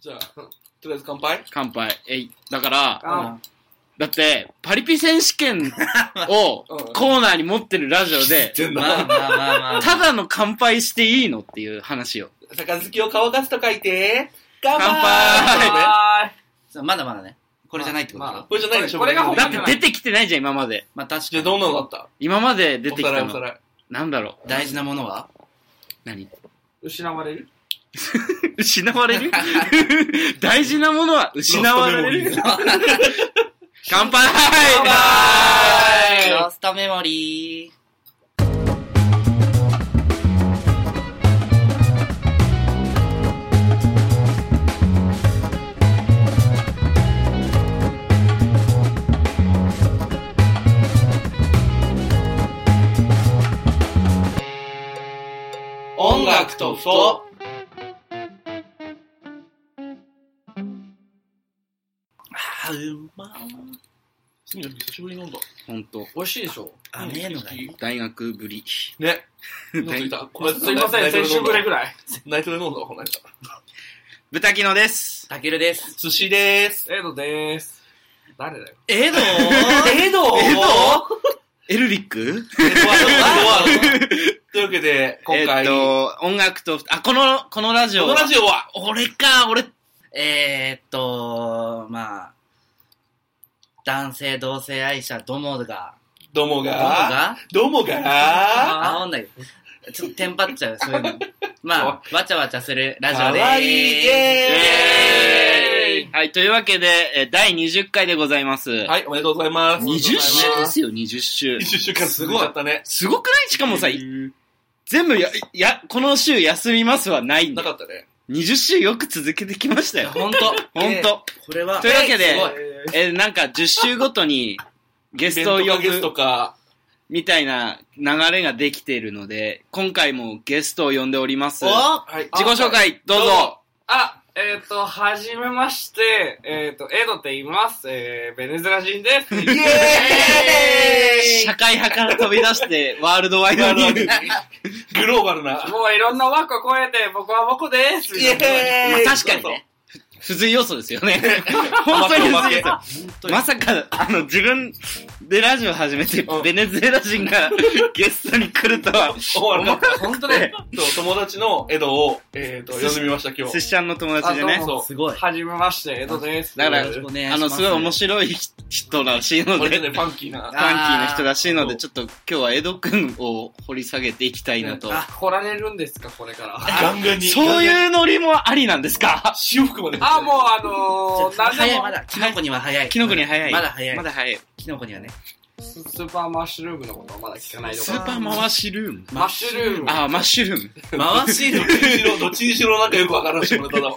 じゃあ、とりあえず乾杯。 乾杯。だから、だって、パリピ選手権をコーナーに持ってるラジオで、ただの乾杯していいのっていう話を。 杯を乾かすと書いて、 乾杯。 まだまだね。これじゃないってことだろ。 これじゃないでしょ。 これがだって出てきてないじゃん、今まで。 まあ確かに。 じゃあどんなのだった？ 今まで出てきたの。 おさらい。 なんだろう。 大事なものは？ 何？ 失われる？ 失われる？大事なものは失われる？乾杯！ ロストメモリー。 音楽とふと。 うま久しぶりに飲んだ。 ほんと。 美味しいでしょ。 甘えのがいい。 大学ぶり。 ね。飲んでいた。これすいません、先週ぶりぐらい。 ナイトで飲んだわ、この間。 豚キノです。 たけるです。 寿司でーす。 エドでーす。誰だよ。 エドエルリック？ というわけで、今回。 音楽と、このラジオ。 このラジオは、 まあ、男性同性愛者どもが、 どもが、 なんだよ。ちょっとテンパっちゃう、そういうの。まあ、わちゃわちゃするラジオでーす。 かわいい、イェーイ。 はい、というわけで、第20回でございます。 はい、おめでとうございます。 20週ですよ、20週。 20週間すごかったね。 すごくない？しかもさ、全部この週休みますはないんだ。 なかったね。 20週よく続けてきましたよ。 ほんと。これは。 というわけで、なんか10週ごとにゲストを呼ぶ。 ゲストか。 みたいな流れができているので、今回もゲストを呼んでおります。 はい、 自己紹介、どうぞ。 はじめまして、エドって言います。ベネズエラ人です。イエーイ！社会派から飛び出して、ワールドワイドに。 グローバルな。 もういろんな枠を超えて、僕は僕です。 イエーイ！ 確かにね。付随要素ですよね。本当に付随要素。まさか、自分でラジオ始めて、ベネズエラ人がゲストに来るとは。 本当ね。 友達のエドを、呼んでみました、今日。 寿司ちゃんの友達でね。 そう、すごい。はじめまして、エドです。 だから、すごい面白い人らしいので、 ファンキーな人らしいので、ちょっと今日はエドくんを掘り下げていきたいなと。 掘られるんですか、これから。 ガンガンに。 そういうノリもありなんですか？ 潮吹くまで。 もう早い、まだ。キノコには早い。 キノコには早い。 まだ早い。 まだ早い。 キノコにはね。 スーパーマッシュルームのことはまだ聞かないとスーパーマッシュルームマッシュルーム。 マッシュルーム。 回しる。 どっちにしろなんかよくわからんし、俺ただ。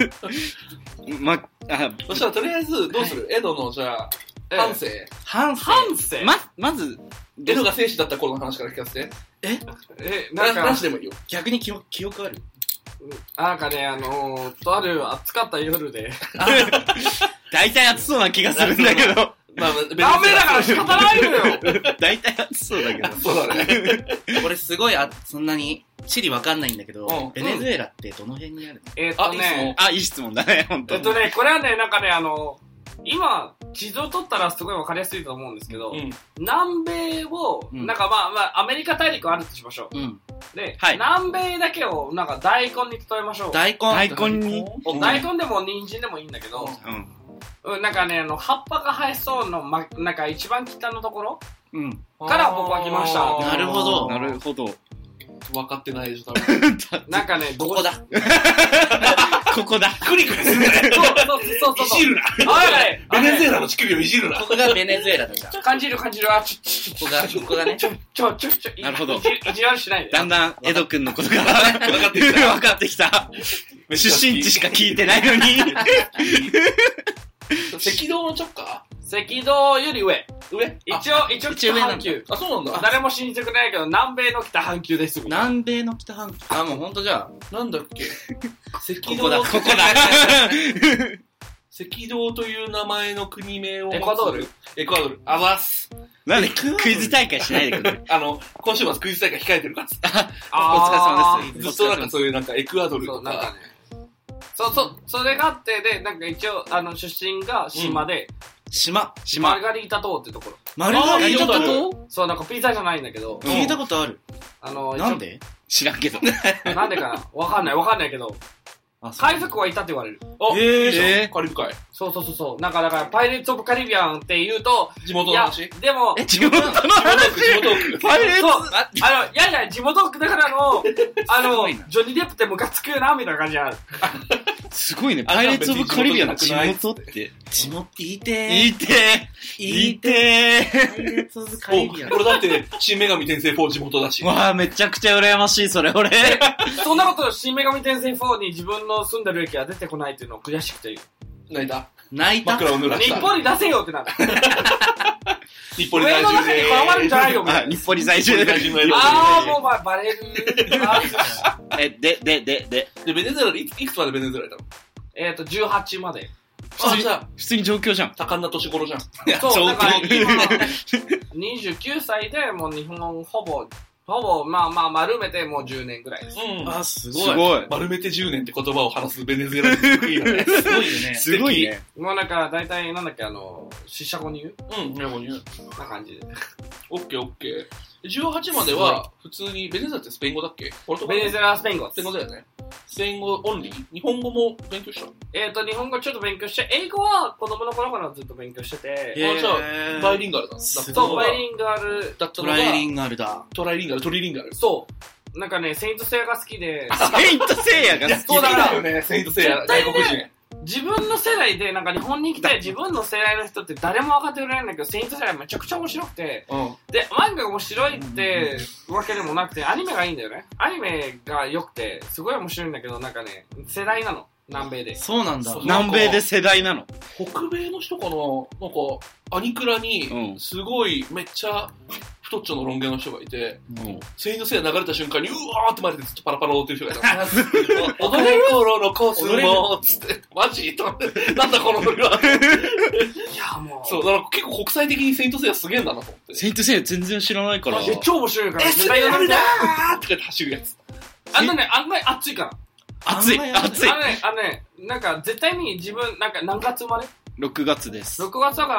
そしたらとりあえず、どうする？エドの、じゃあ、 半生まず、 エドが戦士だった頃の話から聞かせて。 なんか、 話でもいいよ。 逆に記憶ある？ なんかね、とある暑かった夜で。 大体暑そうな気がするんだけど。 ダメだから仕方ないのよ。 大体暑そうだけど。 そうだね。 俺すごい、そんなに、地理わかんないんだけど、ベネズエラってどの辺にあるの？ いい質問だね、本当に。 これはね、なんかね、今、地図を取ったらすごいわかりやすいと思うんですけど、南米を、なんかアメリカ大陸あるとしましょう。で、南米だけを、なんか大根に例えましょう。 大根に大根でも人参でもいいんだけど、なんかね、葉っぱが生えそうの、なんか一番北のところから僕は来ました。 なるほど。 なるほど。 分かってないでしょ、多分。 なんかね、 ここだ。 ここだ。 クリクリするね。 そう。 いじるな。ベネズエラの乳首をいじるな。 ここがベネズエラだから。 感じる。ここがね。 なるほど。いじられしないで。 だんだん、エド君のことが分かってきた。出身地しか聞いてないのに。 赤道の直下？ 赤道より上。一応北半球。 あ、そうなんだ。 誰も信じてくれないけど、南米の北半球です。 南米の北半球。もうほんとじゃあ。 なんだっけ？ ここだ。 赤道という名前の国名を。 エクアドール。 あざっす。 なんでクイズ大会しないでくれ。 今週末クイズ大会控えてるから。 お疲れ様です。 ずっとなんかそういうなんかエクアドルとか。 それがあって、で、なんか一応、出身が島で、マルガリータ島ってところ。 マルガリータ島？ そう、なんかピザじゃないんだけど。 聞いたことある。なんで？知らんけど。 なんでかなわかんないけど。海賊はいたって言われる。 カリブ海。 そう。なんか、だから、パイレーツ・オブ・カリビアンって言うと、 地元の話？ でも、 地元の話？ パイレーツいや、地元だからジョニー・デップってムカつくな、みたいな感じになる。 すごいね。パイレーツ・オブ・カリビアンの地元って。地元言いてー。パイレーツ・オブ・カリビアン。 俺だって、新女神転生4地元だし。 わあ、めちゃくちゃ羨ましい、それ、俺。 そんなこと、新女神転生4に自分の住んでる駅が出てこないっていうのを悔しくて。 泣いた枕を濡らした。 日本に出せよってなる。 日本に在住で。 上の中にこだわるんじゃないよ、みたいな。 日本に在住で。 もうバレる。 で、 ベネズエラでいくつまでベネズエラいたの ？18まで。 普通に上京じゃん。 多感な年頃じゃん。 そう、だから今、29歳でもう日本ほぼ、丸めてもう10年ぐらいです。 すごい。 丸めて10年って言葉を話すベネズエラですごいよね。すごいよね。 すごいね。 もうなんか、だいたいなんだっけ、四捨五入五入。 な感じで。 オッケー。18までは、普通に、ベネズエラってスペイン語だっけ？ ベネズエラはスペイン語。 スペイン語だよね。スペイン語オンリー？日本語も勉強した？ 日本語ちょっと勉強して、英語は子供の頃からずっと勉強してて。 じゃあ、バイリンガルだ。 そう、バイリンガルだったのが。 トライリンガルだ。 トリリンガル。 そう。なんかね、セイントセイヤが好きで。 セイントセイヤが好きそうだよね、セイントセイヤ、外国人。 自分の世代で、なんか日本に来て、自分の世代の人って誰も分かってくれないんだけど、セイントセイヤめちゃくちゃ面白くて、で、漫画が面白いってわけでもなくて、アニメがいいんだよね。アニメが良くて、すごい面白いんだけど、なんかね、世代なの。南米で。 そうなんだ。南米で世代なの。 北米の人かななんか、アニクラに、すごい、めっちゃ、太っちょのロン毛の人がいて、セイントセイヤ流れた瞬間に、うわーって前でずっとパラパラ踊ってる人がいた。踊れ頃のコスモつって、マジと思って、なんだこの振りは。 いや、もう。 そう、だから結構国際的にセイントセイヤすげえんだなと思って。 セイントセイヤ全然知らないから。 超面白いから。 絶対やるなーって走るやつ。 案外熱いから。 熱い。 なんか絶対に自分、なんか何月生まれ ？6月です。 6月だから、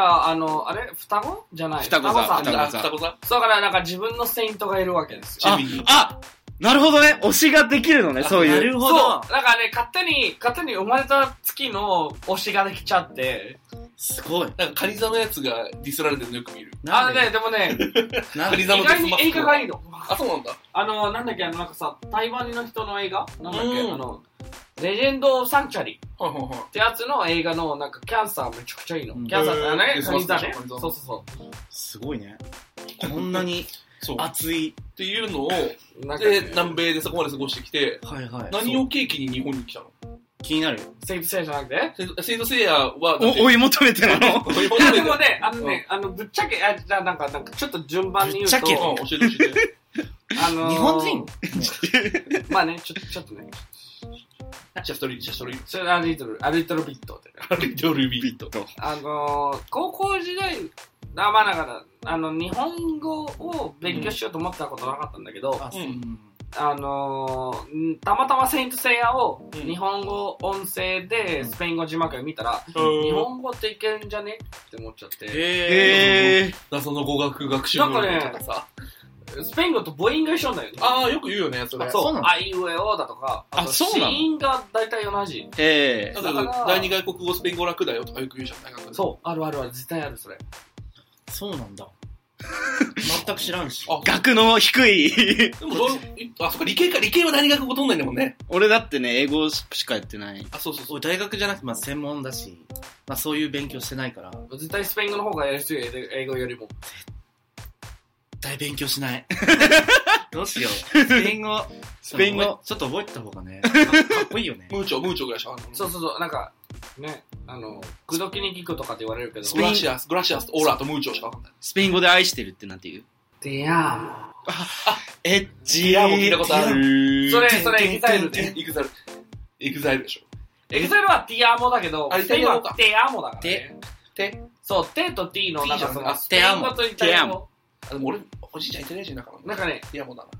双子じゃない。 双子座。 そうからなんか自分のセイントがいるわけですよ。 なるほどね。推しができるのね、そういう。なるほど。 そう。なんかね、勝手に生まれた月の推しができちゃって。 すごい。 なんかカニ座のやつがディスられてるのよく見る。 でもね、意外に映画がいいの。 そうなんだ。 なんだっけ、なんかさ、台湾の人の映画なんだっけ、レジェンド・サンチャリってやつの映画の、なんかキャンサーめちゃくちゃいいの。キャンサーだね、カニ座ね。そう。 すごいね。こんなに熱い。 っていうのを、で、南米でそこまで過ごしてきて、何を契機に日本に来たの？ 気になるよ。 セイントセイヤじゃなくてセイントセイヤは、 追い求めてなの？ でもね、ぶっちゃけ、なんか、ちょっと順番に言うと。 ぶっちゃけ教えて。 日本人まあね、ちょっとね。 シャストリー。 それアリトルビット。 アリトルビット。 高校時代、まあだから、日本語を勉強しようと思ったことなかったんだけど、たまたまセイントセイヤを日本語音声でスペイン語字幕で見たら、日本語っていけるんじゃねって思っちゃって。 謎の語学学習なんかね、スペイン語と母音が一緒なんだよね。 よく言うよね、それ。 そう。あいうえおだとか、あと子音が大体同じ。 だから第二外国語スペイン語楽だよとかよく言うじゃん、大学で。 そう、ある、絶対ある、それ。 そうなんだ。全く知らんし。 学の低い。でもそっか、理系は何学語取んないんだもんね。 俺だってね、英語しかやってない。 そう。 俺大学じゃなくて、専門だし、そういう勉強してないから。 絶対スペイン語の方がやりやすいよ、英語よりも。 絶対勉強しない。 どうしよう。スペイン語。 ちょっと覚えてた方がね、かっこいいよね。 ムーチョぐらいしか。 そう、なんか、ね、口説きに聞くとかって言われるけど。 グラシアス、オーラとムーチョしかわかんない。 スペイン語で愛してるってなんて言う？ ディアーモ。 エッジディアーモ聞いたことある。 それ、エグザイルね。 エグザイルでしょ。 エグザイルはディアーモだけど、スペインはディアーモだからね。そう、テとティの、なんかその、スペイン語とイタリア語。 でも俺、おじいちゃんイタリア人だから。 なんかね、 ディアーモだな。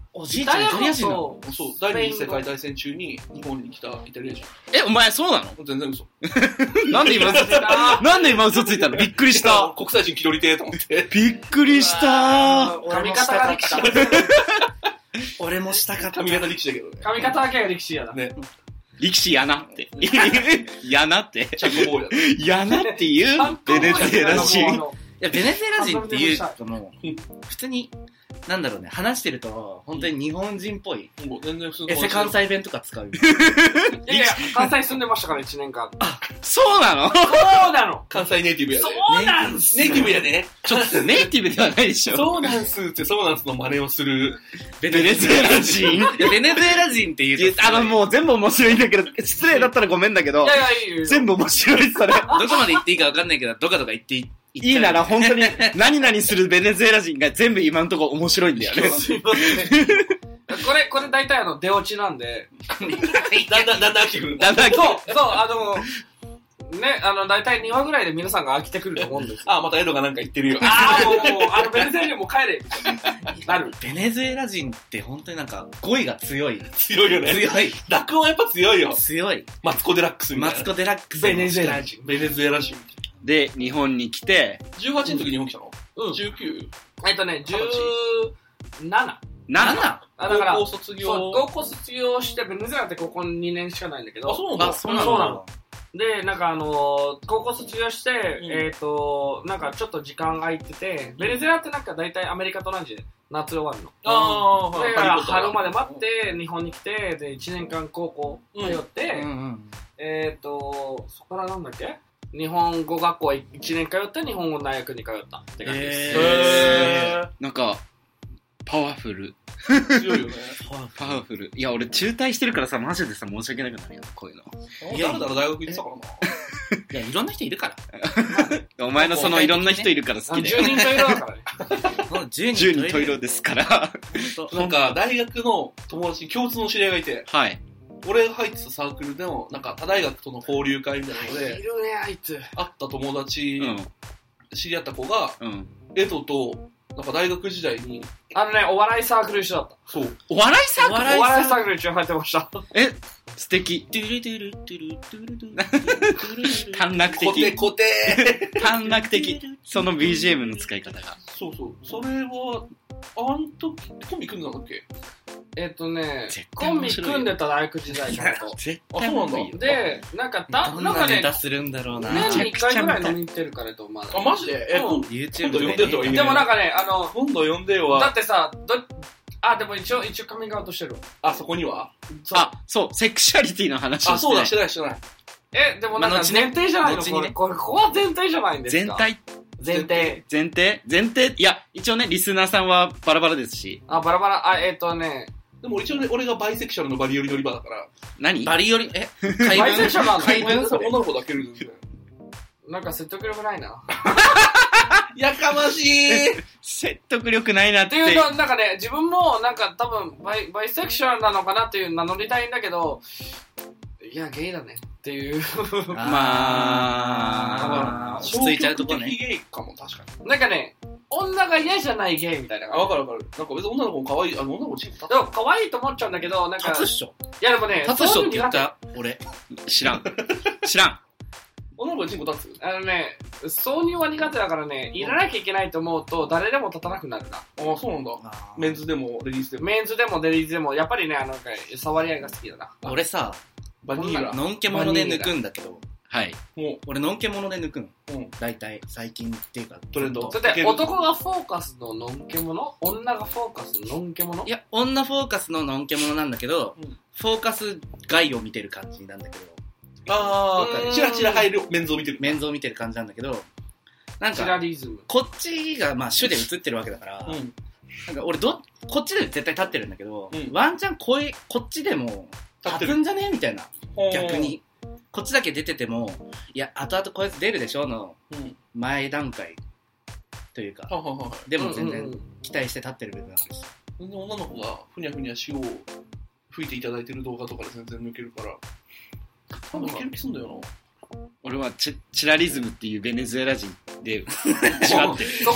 おじいちゃんイタリア人なの？そう、第二次世界大戦中に日本に来たイタリア人。 お前そうなの？ 全然嘘。 なんで今嘘ついたの？びっくりした。 国際人気取りてーと思って。 びっくりした。 髪型が力士。 俺もしたかった。 髪型力士だけどね。 髪型だけが力士やな。ね。 力士やなって。やなって。 チャックボーイやなって言うベネズエラ人。 いや、ベネズエラ人っていうともう、普通に、なんだろうね、話してると、本当に日本人っぽい。 もう全然普通の。 関西弁とか使う。 いや、関西住んでましたから1年間。 あ、そうなの？ そうなの。 関西ネイティブやで。 そうなんす。 ネイティブやで。 ちょっとネイティブではないでしょ。 そうなんすって、そうなんすの真似をする。 ベネズエラ人。 ベネズエラ人って言うと。もう全部面白いんだけど、失礼だったらごめんだけど。 いやいや、いい全部面白いそれ。 どこまで言っていいか分かんないけど、どかどか言っていいなら本当に何々するベネズエラ人が全部今のところ面白いんだよね。 すいません。これ大体出落ちなんで。 だんだん飽きてくる。 そう、ね、大体2話ぐらいで皆さんが飽きてくると思うんですよ。 またエドがなんか言ってるよ。 もう、ベネズエラ人も帰れなる。 ベネズエラ人って本当になんか語彙が強い。 強いよね。 強い。 濁音はやっぱ強いよ。 強い。 マツコ・デラックスみたいな。 マツコ・デラックス。 ベネズエラ人。 ベネズエラ人。 で、日本に来て、 18の時日本来たの？ うん。 19？ 17。 7？ だから高校卒業。 高校卒業して、ベネズエラって高校2年しかないんだけど。 そうなの。で、なんか高校卒業して、なんかちょっと時間空いてて、ベネズエラってなんか大体アメリカと同じで夏終わるの。だから春まで待って、日本に来て、で、1年間高校通って、そこからなんだっけ？日本語学校1年通って日本語大学に通ったって感じです。 なんか、パワフル。 強いよね。 パワフル。いや、俺中退してるからさ、マジでさ、申し訳なくなるよ、こういうの。 だらだら大学行ってたからな。いや、いろんな人いるから。 お前のそのいろんな人いるから好きで。 10人十色だからね。 10人十色ですから。 なんか、大学の友達、共通の知り合いがいて。 はい。 俺入ってたサークルでも、なんか他大学との交流会みたいなので、 いるね、あいつ。 会った友達、知り合った子が、エドと、なんか大学時代に、 お笑いサークル一緒だった。 そう。 お笑いサークル？ お笑いサークル一緒入ってました。 素敵。短絡的。 コテ短絡的。その BGM の使い方が。 そうそう。それは、あん時、コンビ組んでたんだっけ？ コンビ組んでた大学時代ちゃんと。 そうなんだ。 で、なんかネタするんだろうな。 年に1回ぐらい飲みに行ってるからと思う。 マジで？ YouTube 呼んでとは言う。 でもなんかね、 今度呼んでよ。 だってさ、でも一応カミングアウトしてるわ。そこには？ そう、セクシャリティの話をそうだ、してない。 でもなんか前提じゃないの？ここは前提じゃないんですか？前提いや、一応ね、リスナーさんはバラバラですし。 バラバラ、 でも一応ね、俺がバイセクシャルのバリ寄りのリバだから。 何？ バリ寄り、 バイセクシャルなの？ 女の子だける。 なんか説得力ないな。 やかましい。 説得力ないなって。 っていうと、なんかね、自分もなんか多分バイセクシャルなのかなっていう名乗りたいんだけど、いや、ゲイだねっていう。 落ち着いちゃうとこね。 ゲイかも、確かに。 なんかね、女が嫌じゃないゲイみたいな。 わかる。なんか別に女の子も可愛い、女の子チーム立つ。 でも可愛いと思っちゃうんだけど、なんか。 立つっしょ。 いやでもね、 立つっしょって言った、俺。 知らん。 女の子チーム立つ？ 挿入は苦手だからね、いらなきゃいけないと思うと、誰でも立たなくなるな。 そうなんだ。メンズでもレディースでも。 メンズでもレディースでも、やっぱりね、触り合いが好きだな。 俺さ、 バニーラ。 のんけもので抜くんだけど。 はい。 俺のんけもので抜くの。大体、最近っていうか。 トレンド。 だって男がフォーカスののんけもの？女がフォーカスののんけもの？ いや、女フォーカスののんけものなんだけど、フォーカス外を見てる感じなんだけど。 チラチラ入るメンズを見てる。 メンズを見てる感じなんだけど、なんか、 チラリズム。 こっちが、主で映ってるわけだから、なんか俺こっちで絶対立ってるんだけど、ワンチャンこっちでも立つんじゃねえみたいな。逆に。こっちだけ出てても、いや、後々こいつ出るでしょの前段階というか、でも全然期待して立ってる部分なんです。 全然女の子がふにゃふにゃ潮を吹いていただいてる動画とかで全然抜けるから、多分いける気すんだよな。 俺はチラリズムっていうベネズエラ人で、違ってる。 自分の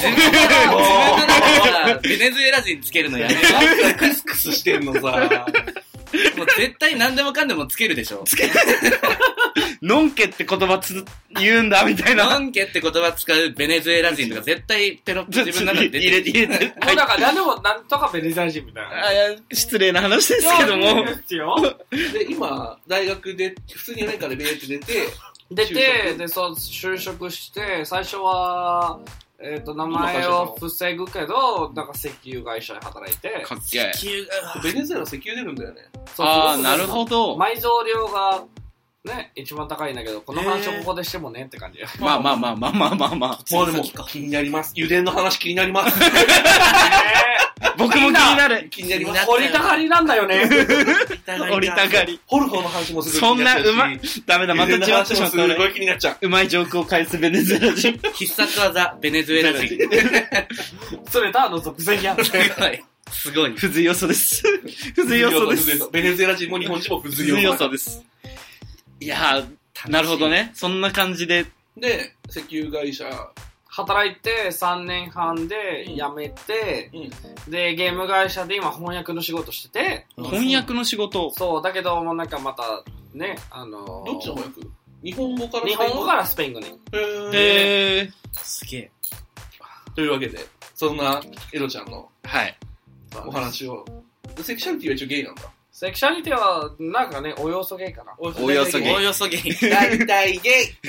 中でベネズエラ人つけるのやめろ。 クスクスしてんのさ。 もう絶対何でもかんでもつけるでしょ。つける。 のんけって言葉言うんだみたいな。 のんけって言葉使うベネズエラ人とか絶対ペロッと自分の中で入れて。もうだから何でもなんとかベネズエラ人みたいな。 失礼な話ですけども。 で、今、大学で、普通に4年間でベーって出て、 で、そう、就職して、最初は、名前を防ぐけど、なんか石油会社で働いて。 かっけえ。 ベネズエラ石油出るんだよね。 ああ、なるほど。 埋蔵量が、ね、一番高いんだけど、この話をここでしてもねって感じ。 まあ。 もうでも気になります。油田の話気になります。 僕も気になる。 気になります。 掘りたがりなんだよね。 掘りたがり。 掘る方の話もすごい気になっちゃうし。 そんなダメだ、また違ってしまった。 すごい気になっちゃう。 うまいジョークを返すベネズエラ人。 必殺技、ベネズエラ人。 それたの属性やん。 すごい。 不随要素です。不随要素です。 ベネズエラ人も日本人も不随要素です。いやー、なるほどね。そんな感じで。 で、石油会社、 働いて3年半で辞めて、で、ゲーム会社で今翻訳の仕事してて。 翻訳の仕事そう、だけどもうなんかまた、ね、 どっちの翻訳？日本語からスペイン語に。 へー。すげえ。 というわけで、そんなエロちゃんの、 はい。 お話を。セクシャリティは一応ゲイなんだ。 セクシャリティは、なんかね、およそゲイかな。 およそゲイ。 およそゲイ。 大体ゲイ。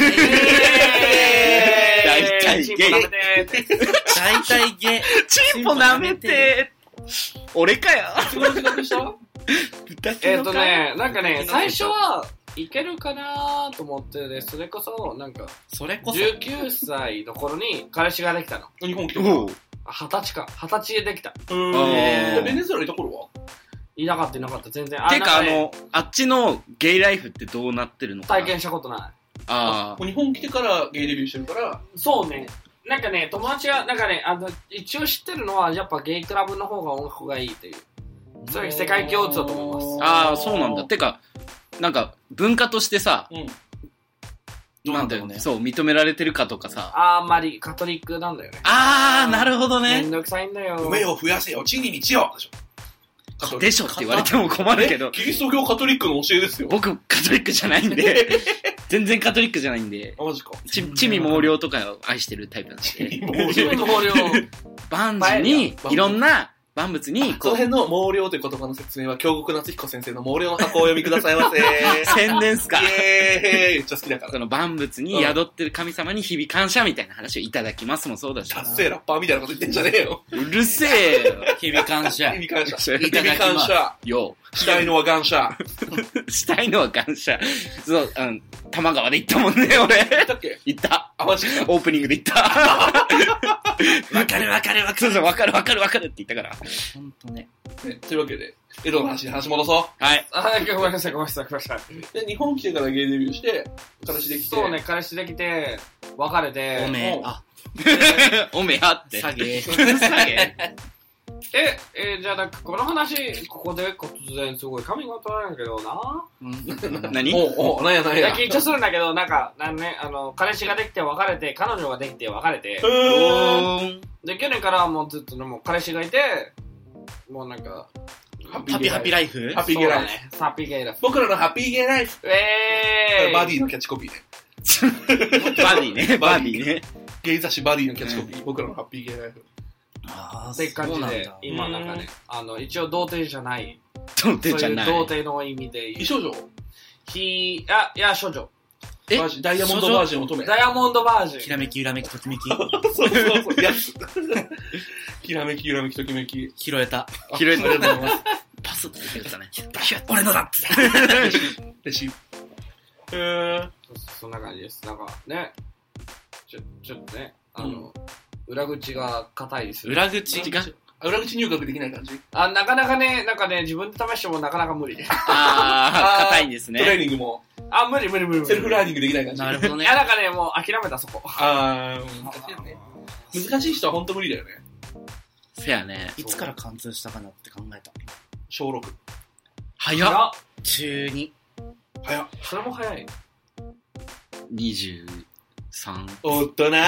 大体ゲイ。 大体ゲイ。 チンポ舐めて。俺かよ。 いつ頃自覚した？ なんかね、最初はいけるかなと思ってね、それこそ、なんか、19歳の頃に彼氏ができたの。 日本来ても 20歳でできた。 ベネズエラいた頃はいなかった、全然。 てか、あっちのゲイライフってどうなってるのかな？ 体験したことない。 ああ。日本来てからゲイデビューしてるから。 そうね。なんかね、友達が、なんかね、一応知ってるのは、やっぱゲイクラブの方が音楽がいいっていう。それ世界共通だと思います。 ああ、そうなんだ。てか、なんか、文化としてさ、なんだよね。そう、認められてるかとかさ。 あんまりカトリックなんだよね。 ああ、なるほどね。 めんどくさいんだよ。 米を増やせよ、賃金にしようでしょ。 でしょって言われても困るけど。 キリスト教カトリックの教えですよ。 僕、カトリックじゃないんで。全然カトリックじゃないんで。 マジか。 地味猛量とかを愛してるタイプなんで。 地味猛量。 万事に、いろんな万物に、 この辺の毛量という言葉の説明は、京極夏彦先生の毛量の箱をお読みくださいませ。 宣伝っすか。 イェーイめっちゃ好きだから。 その万物に宿ってる神様に日々感謝みたいな話をいただきますもそうだし。 達成ラッパーみたいなこと言ってんじゃねえよ。 うるせえよ。 日々感謝。 日々感謝。 いただきます。 よ。 したいのは感謝。 したいのは感謝。そう、玉川で行ったもんね、俺。 行ったっけ？ 行った。 あ、マジか。 オープニングで行った。 わかる。 そうそう、わかるって言ったから。 ほんとね。 というわけで、エロの話に話戻そう。 はい。 ごめんなさい。 で、日本来てからゲイデビューして、彼氏できて。 そうね、彼氏できて、別れて。 おめあって。 下げ。 じゃあなんかこの話、ここで突然すごいカミングアウトなんだけどな。 何？ なんや。 緊張するんだけど、なんか、彼氏ができて別れて、彼女ができて別れて。で、去年からもうずっともう彼氏がいて、もうなんか、 ハッピーライフ？ ハッピーゲイライフ。 ハッピーゲイライフ。 僕らのハッピーゲイライフ。バディのキャッチコピーね。 バディね。 ゲイ雑誌バディのキャッチコピー。僕らのハッピーゲイライフ。 って感じで、今なんかね、一応童貞じゃない。 童貞じゃない。 そういう童貞の意味で。 美少女？ いや、少女。 ダイヤモンドバージン乙女。 ダイヤモンドバージン。 きらめき、ときめき。 そう。やつ。きらめき、ときめき。 拾えた。 ありがとうございます。 パスって言ったね。俺のだっつレシそんな感じです。なんかね、ちょっとね、裏口が硬いですよ。 裏口入学できない感じ？ なかなかね、自分で試してもなかなか無理で。 硬いんですね。 トレーニングも。 無理。 セルフラーニングできない感じ。 なるほどね。 なんかね、もう諦めた、そこ。 難しいよね。難しい人は本当無理だよね。 せやね。 いつから貫通したかなって考えた。 小6。 早っ。 中2。 早っ。 それも早い。 23 3。 おっとなー。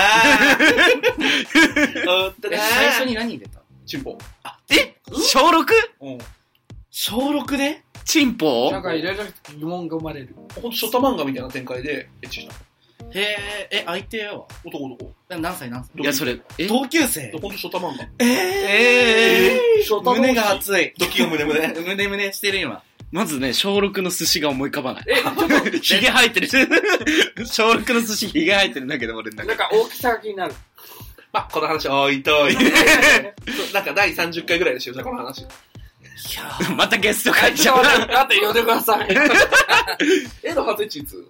おっとなー。 最初に何入れた？ チンポ。 小 6？ うん。 小6でチンポ？ なんかいろいろ疑問が生まれる。 ほんとショタ漫画みたいな展開でエッチした。 へえ、相手は男。 何歳？ いや、それ、 同級生？ ほんとショタ漫画。 胸が熱い。 ドキが胸。 胸してる今。 まずね、小6の寿司が思い浮かばない。 ちょっと、 ヒゲ生えてる。小6の寿司ヒゲ生えてるんだけど、俺なんか大きさが気になる。 まあ、この話置いといて。なんか第30回ぐらいでしょ、じゃあこの話。 いやまたゲスト会じゃん。 だって呼んでください。 の初エッチいつ？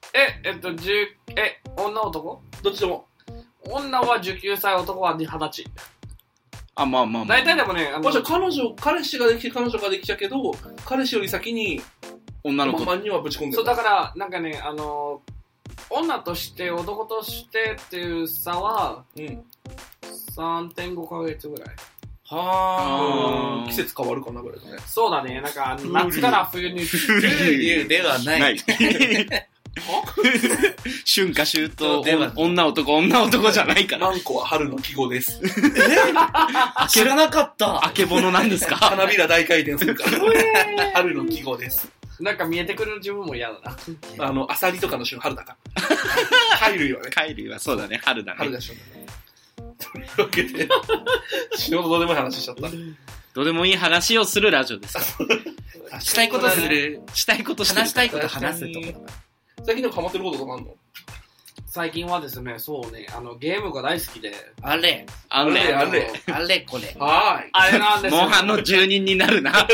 女男？ どっちでも。 女は19歳、男は20歳。 あ、まあ。 大体でもね、 彼氏ができて彼女ができちゃうけど、彼氏より先に女の子にはぶち込んでる。 そう、だから、なんかね、女として男としてっていう差は、3.5 ヶ月ぐらい。 はぁ。季節変わるかなぐらいだね。 そうだね、なんか、夏から冬に。 冬ではない。 春夏秋冬、女男じゃないから。 マンコは春の季語です。 知らなかった。 あけぼのなんですか？ 花びら大回転するから。春の季語です。 なんか見えてくる自分も嫌だな。アサリとかの旬春だから。貝類はね。 貝類はそうだね、春だね。 春だしょ。というわけで、仕事どうでもいい話しちゃった。 どうでもいい話をするラジオですか？ したいことする。 したいこと話したいこと話すとこだから。 最近でもハマってることとかあんの？ 最近はですね、そうね、ゲームが大好きで。 あれこれ。 はーい。 あれなんですよ。 モンハンの住人になるな。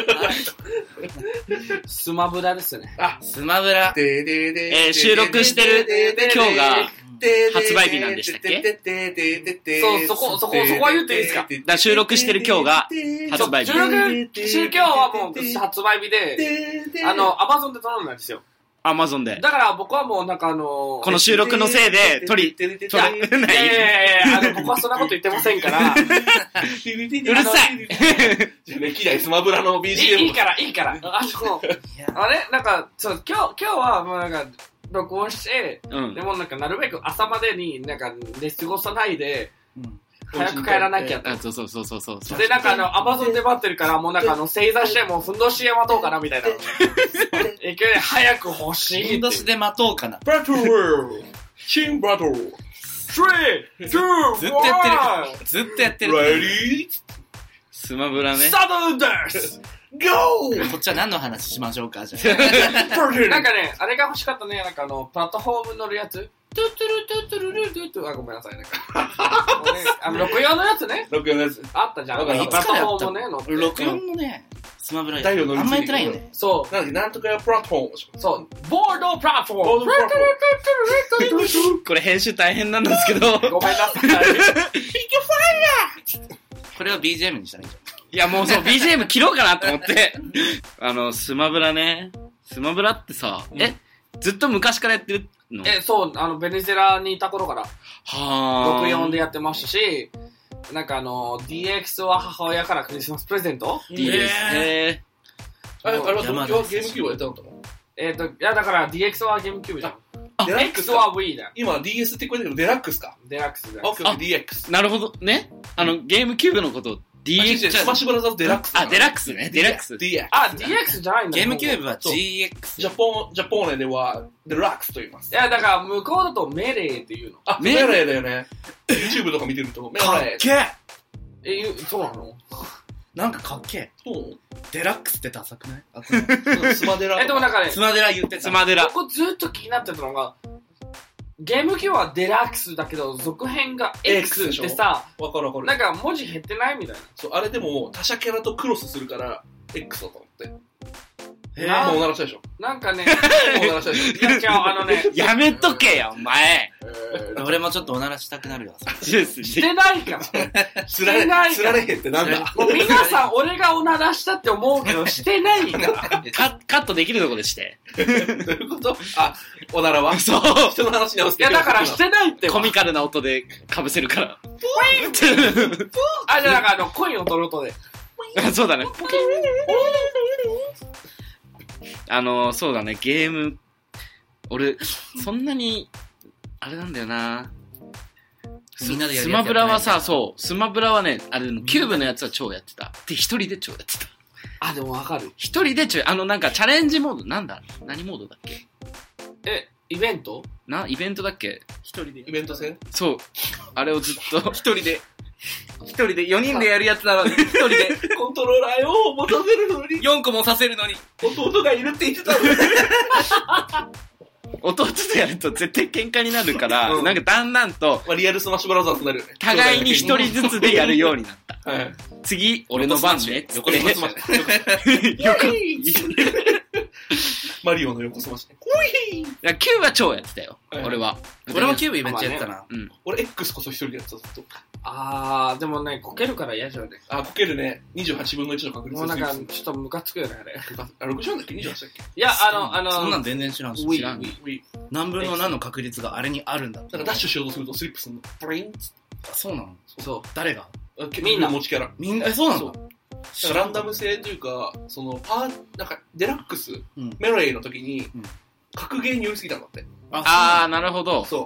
スマブラですね。 スマブラ。 収録してる今日が発売日なんでしたっけ？ そう、そこは言っていいですか？ だ収録してる今日が発売日。 収録してる今日はもう発売日で、Amazon で頼んだんですよ。 アマゾンで。 だから僕はもうなんかこの収録のせいで僕はそんなこと言ってませんから。 うるさい。 歴代スマブラの BGM。 いいから。あれなんか、そう、今日はもうなんか、録音して、でもなんかなるべく朝までになんか寝過ごさないで、早く帰らなきゃって。 そう。 で、なんかAmazon で待ってるから、もうなんか正座して、もうふんどしで待とうかな、みたいな。勢いで早く欲しい。 ふんどしで待とうかな。 バトル新バトル !3、2、1! ずっとやってる。 Ready? スマブラね。 スタートです !GO! こっちは何の話しましょうか、じゃあ。 なんかね、あれが欲しかったね、なんかプラットフォーム乗るやつ。トゥトゥルトゥトゥルルトゥトゥあ、ごめんなさい。なんか64のやつね。 64のやつ。 あったじゃん。 いつからやったのね、 64のね、スマブラあんまやってないよね。 そう。 なんとかプラットフォーム。 そう。ボードプラットフォーム。 これ編集大変なんですけど。 ごめんなさい。 これを BGM にしたらいいんじゃん。 いやもうそう、BGM 切ろうかなと思って。スマブラね。スマブラってさ、ずっと昔からやってるの？ そう、ベネズエラにいた頃から。 はぁ。64でやってましたし、なんかDX は母親からクリスマスプレゼント？ DX。 あれは東京はゲームキューブやってなかったの？ いやだから DX はゲームキューブじゃん。X は Wii だよ。 今 DS って言ってるけどデラックスか。 デラックスだよ。DX。 なるほどね。ゲームキューブのことDX。 スマッシュブラザーズデラックス。 デラックスね。デラックス。 DX。 DX じゃないんだ。 ゲームキューブは GX。 ジャポーネではデラックスと言います。 いや、だから向こうだとメレーって言うの。 メレーだよね。YouTube とか見てるとメレー。 かっけそうなの？ なんかかっけそうデラックスってダサくない？ スマデラ。 でもなんかね、 スマデラ言ってた。 スマデラ。 ここずっと気になってたのが、ゲームキューはデラックスだけど、続編が X ってさ、 わかる。 なんか文字減ってないみたいな。 そう、あれでも他社キャラとクロスするから、X だと思って。もうおならしたでしょ。 なんかね、 もうおならしたでしょ。 いや、 やめとけよ、お前。 俺もちょっとおならしたくなるよ。 してないから。 すられへんってなんだ。 もう皆さん、俺がおならしたって思うけど、してないから。 カットできるとこでして。 どういうこと？おならは？ そう。 人の話に合わせて。 いや、だからしてないって。 コミカルな音で被せるから。 じゃあなんかコインを取る音で。 そうだね。そうだね、ゲーム、俺、そんなにあれなんだよな。 みんなでやるスマブラはさ、そう、スマブラはね、あれ、キューブのやつは超やってた。で、一人で超やってた。 あ、でもわかる。 一人で超、なんかチャレンジモード、なんだ何モードだっけ？ イベント？ イベントだっけ？ 一人で。 イベント戦？ そう。あれをずっと。 一人で4人でやるやつなのに、一人で。 コントローラーを持たせるのに。 4個もさせるのに。 弟がいるって言ってたのに。 弟とやると絶対喧嘩になるから、なんかだんだんと、 リアルスマッシュブラザーズになるよね。 互いに一人ずつでやるようになった。 はい。 次、俺の番ね。 横スマッシュ。マリオの横スマッシュ。 いや、キューブは超やってたよ。俺は。 俺もキューブめっちゃやってたな。 俺 X こそ一人でやってたずっと。 でもね、こけるから嫌じゃんね。 こけるね。28分の1の確率。 もうなんか、ちょっとムカつくよね、あれ。 60だっけ ?28 だっけ？ いや、 そんなん全然知らんし。 知らん。 何分の何の確率があれにあるんだ。 だからダッシュしようとするとスリップするの。ブリンそうなの？ そう。 誰が？ みんな持ちキャラ。 みんな、そうなの？ ランダム性というか、なんか、デラックス、メロエイの時に、格ゲーに寄りすぎたんだって。 なるほど。 そう。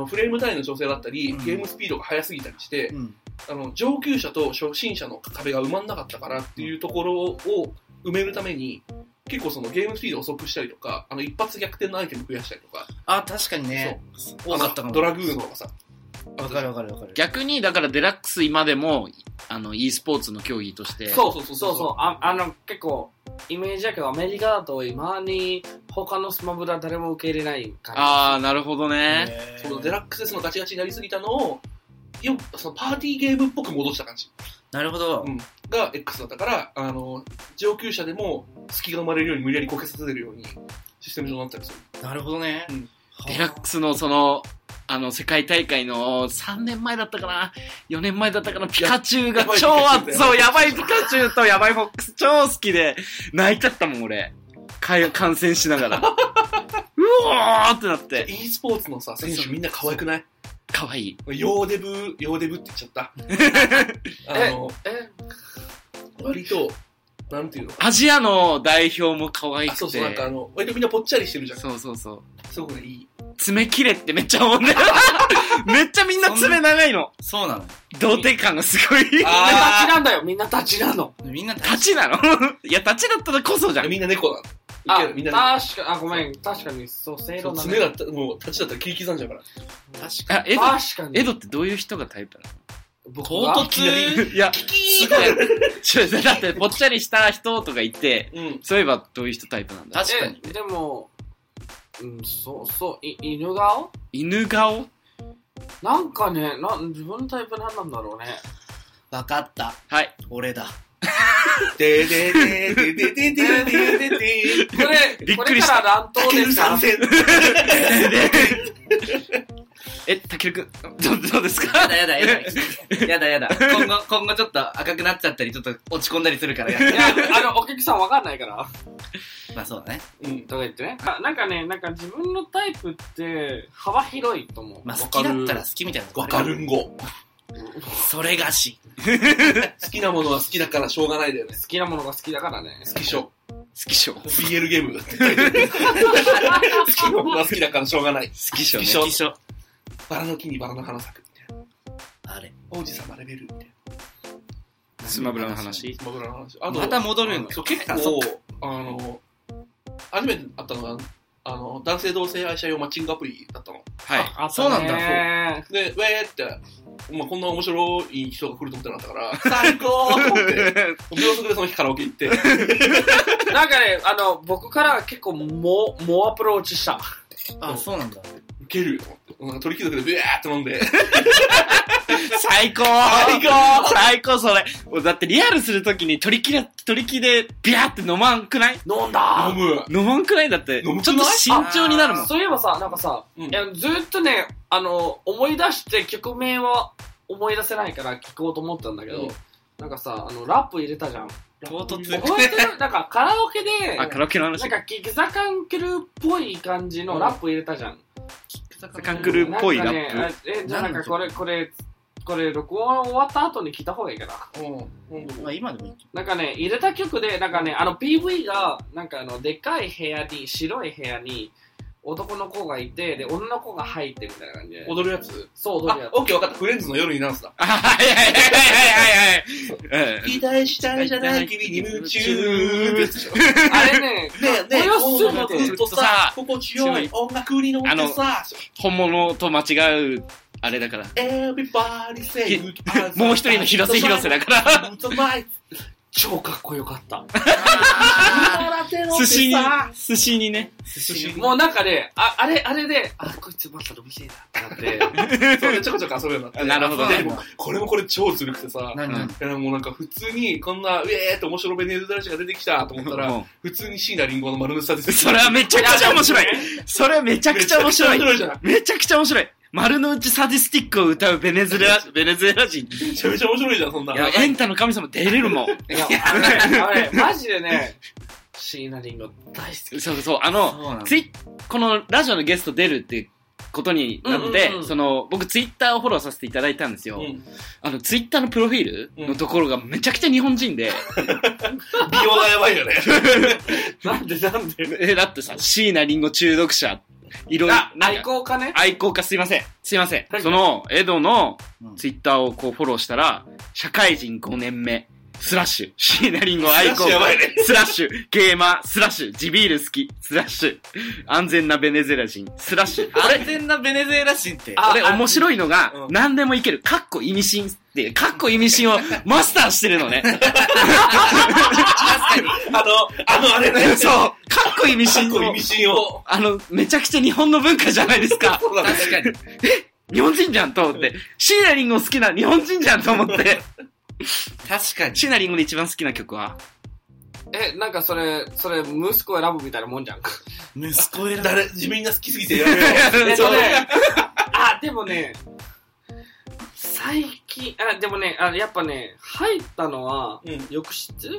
フレーム単位の調整だったり、ゲームスピードが速すぎたりして、上級者と初心者の壁が埋まんなかったからっていうところを埋めるために、結構ゲームスピードを遅くしたりとか、一発逆転のアイテム増やしたりとか。 確かにね。 多かったの。ドラグーンとかさ。 わかる。 逆に、だからデラックス今でも、e スポーツの競技として。 そう。結構、イメージだけど、アメリカだと今に他のスマブラ誰も受け入れない感じ。なるほどね。 デラックスのガチガチになりすぎたのを、パーティーゲームっぽく戻した感じ。 なるほど。 が X だったから、上級者でも隙が生まれるように無理やりこけさせるようにシステム上になったりする。 なるほどね。 デラックスの世界大会の3年前だったかな ?4 年前だったかなピカチュウが超そう、やばいピカチュウとやばいフォックス超好きで、泣いちゃったもん俺。観戦しながら。うおーってなって。 e スポーツのさ、選手みんな可愛くない？ 可愛い。 ヨーデブって言っちゃった。割と、なんていうの？ アジアの代表も可愛くて。 そう、なんか割とみんなぽっちゃりしてるじゃん。 そう。 すごくね、いい。 爪切れってめっちゃ思うんだよ。めっちゃみんな爪長いの。 そうなの。 童貞感がすごい。 みんな立ちなんだよ。みんな立ちなの。 みんな立ちなの？いや、立ちだったらこそじゃん。 みんな猫なの。 みんな確か、ごめん。確かに、そう、正論だね。爪だった、もう立ちだったら切り刻んじゃうから。 確かに。エドってどういう人がタイプなの？ 唐突いや、すごい。だって、ぽっちゃりした人とかいて、そういえばどういう人タイプなんだ？ 確かに。 でも、犬顔？ 犬顔？ なんかね、自分のタイプなんなんだろうね。 わかった。 はい。 俺だ。 でででででででででこれから乱闘ですか？ たけるくん、どうですか？やだ。今後ちょっと赤くなっちゃったり、ちょっと落ち込んだりするからや。 いや、お客さんわかんないから。 まあそうだね。 とか言ってね。なんか自分のタイプって幅広いと思う。 まあ好きだったら好きみたいな。 わかるんご。 それがし。 好きなものは好きだからしょうがないだよね。 好きなものが好きだからね。 好きしょ。BL ゲームだって。好きなものは好きだからしょうがない。 好きしょ。 バラの木にバラの花咲くみたいな。あれ王子様レベルみたいな。 スマブラの話。 また戻るんだよ。 結構、初めて会ったのが、男性同性愛者用マッチングアプリだったの。 はい。 そうなんだ。 で、ウェーって、こんな面白い人が来ると思ってなかったから、最高と思って、秒速でその日カラオケ行って。 なんかね、僕から結構猛アプローチした。 そうなんだ。 ウケるよ。鳥貴族でブワーって飲んで。 最高それ。だってリアルするときに鳥貴でビャーって飲まんくない？ 飲んだ飲まんくないだって、ちょっと慎重になるもん。 そういえばさ、なんかさ、ずっとね、思い出して曲名は思い出せないから聞こうと思ったんだけど、なんかさ、ラップ入れたじゃん。 唐突。 覚えてる？なんかカラオケで、 カラオケの話。 なんかキクザカンクルっぽい感じのラップ入れたじゃん。 キクザカンクルっぽいラップ。 じゃあなんかこれ録音終わった後に聞いた方がいいかな。 まあ今でもいい。 なんかね、入れた曲で、なんかね、PV が、なんかでかい部屋に、白い部屋に、 男の子がいて、で、女の子が入ってみたいな感じで。 踊るやつ？ そう、踊るやつ。 オッケー、分かった。フレンズの夜にダンスだ。 はい。 期待したいじゃない君に夢中ってやつでしょ。 あれね、 音楽とさ、心地よい音楽に乗ってさ、 本物と間違う、あれだから。 Everybody say もう一人の広瀬だから。 超かっこよかった。 寿司にね。 もうなんかね、あれで、こいつまたうるせえなってなって、 そうでちょこちょこ遊べるようになって。 なるほどね。 これ超ずるくてさ、もうなんか普通にこんな、ウェーって面白ベネズエラ人が出てきたと思ったら、普通に椎名林檎の丸の下です。 それはめちゃくちゃ面白い。それはめちゃくちゃ面白い。めちゃくちゃ面白い。丸の内サディスティックを歌うベネズエラ人。 めちゃめちゃ面白いじゃん、そんな。 いや、エンタの神様出れるもん。いや、 あれ、マジでね、椎名林檎大好き。 そう、このラジオのゲスト出るってことになって、僕ツイッターをフォローさせていただいたんですよ。ツイッターのプロフィールのところがめちゃくちゃ日本人で。 美容がやばいよね。 なんでだってさ、椎名林檎中毒者。 愛好家ね。 愛好家すいません。その、エドのツイッターをこうフォローしたら、社会人5年目、スラッシュ、椎名林檎愛好家、スラッシュ、ゲーマー、スラッシュ、地ビール好き、スラッシュ、安全なベネズエラ人、スラッシュ。 安全なベネズエラ人って。 これ面白いのが、何でもいける。かっこ意味深って、かっこ意味深をマスターしてるのね。確かに。あれね。 そう。かっこ意味深を。めちゃくちゃ日本の文化じゃないですか。 確かに。 日本人じゃんと思って。椎名林檎好きな日本人じゃんと思って。 確かに。 椎名林檎で一番好きな曲はなんかそれ、息子を選ぶみたいなもんじゃん。 息子を選ぶ。 自分が好きすぎて選ぶ。 でもね、最近、でもね、やっぱね、入ったのは、浴室入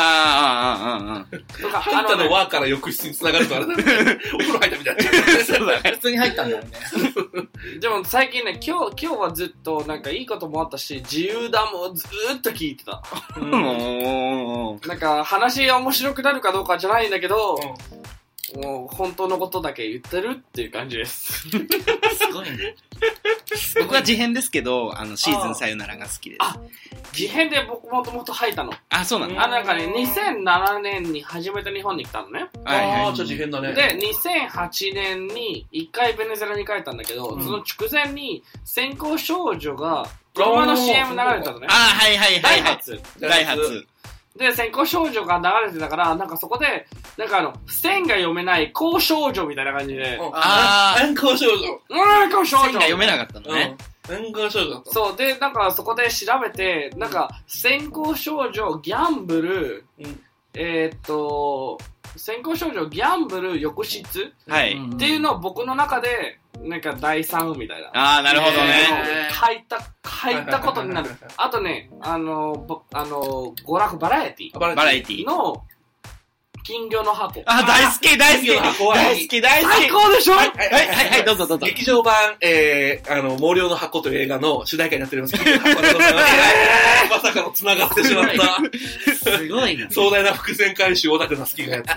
ったのはから浴室に繋がるとあれだね。お風呂入ったみたいな。 そうだね。普通に入ったんだよね。 でも最近ね、今日はずっとなんかいいこともあったし、自由だもずーっと聞いてた。なんか話が面白くなるかどうかじゃないんだけど、もう本当のことだけ言ってるっていう感じです。 すごいね。僕は事変ですけど、シーズンさよならが好きです。 事変で僕もともと入ったの。 そうなんだ。 なんかね、2007年に初めて日本に来たのね。 じゃあ事変だね。 で、2008年に1回ベネズエラに帰ったんだけど、その直前に先行少女が車の CM 流れたのね。ダイハツ。で、先行少女が流れてたから、なんかそこで、なんか線が読めない高少女みたいな感じで。 高少女。 高少女。 線が読めなかったのね。 高少女だった。 そう、で、なんかそこで調べて、なんか、先行少女、ギャンブル、先行少女、ギャンブル、浴室っていうのを僕の中で、なんか第3みたいな。 なるほどね。 入ったことになる。あとね、娯楽バラエティの金魚の箱。 大好き大高でしょ。 はいどうぞ。 劇場版、毛量の箱という映画の主題歌になっております。まさかの繋がってしまった。 すごいな。 壮大な伏線回収、オタクが好きがやつ。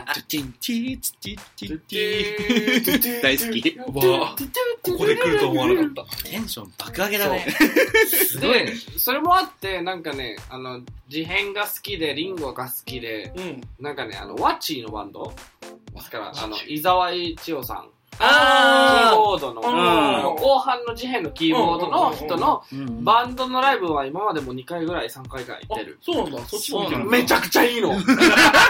大好き。 ここで来ると思わなかった。 テンション爆上げだね。 すごいね。それもあって、なんかね、事変が好きで、リンゴが好きで、なんかね、ワッチーのバンドですから、伊沢一葉さん。キーボードの、後半の事変のキーボードの人のバンドのライブは今までも2回ぐらい3回ぐらい行ってる。 そうなんだ、そっちも行ってる。 めちゃくちゃいいの。なんか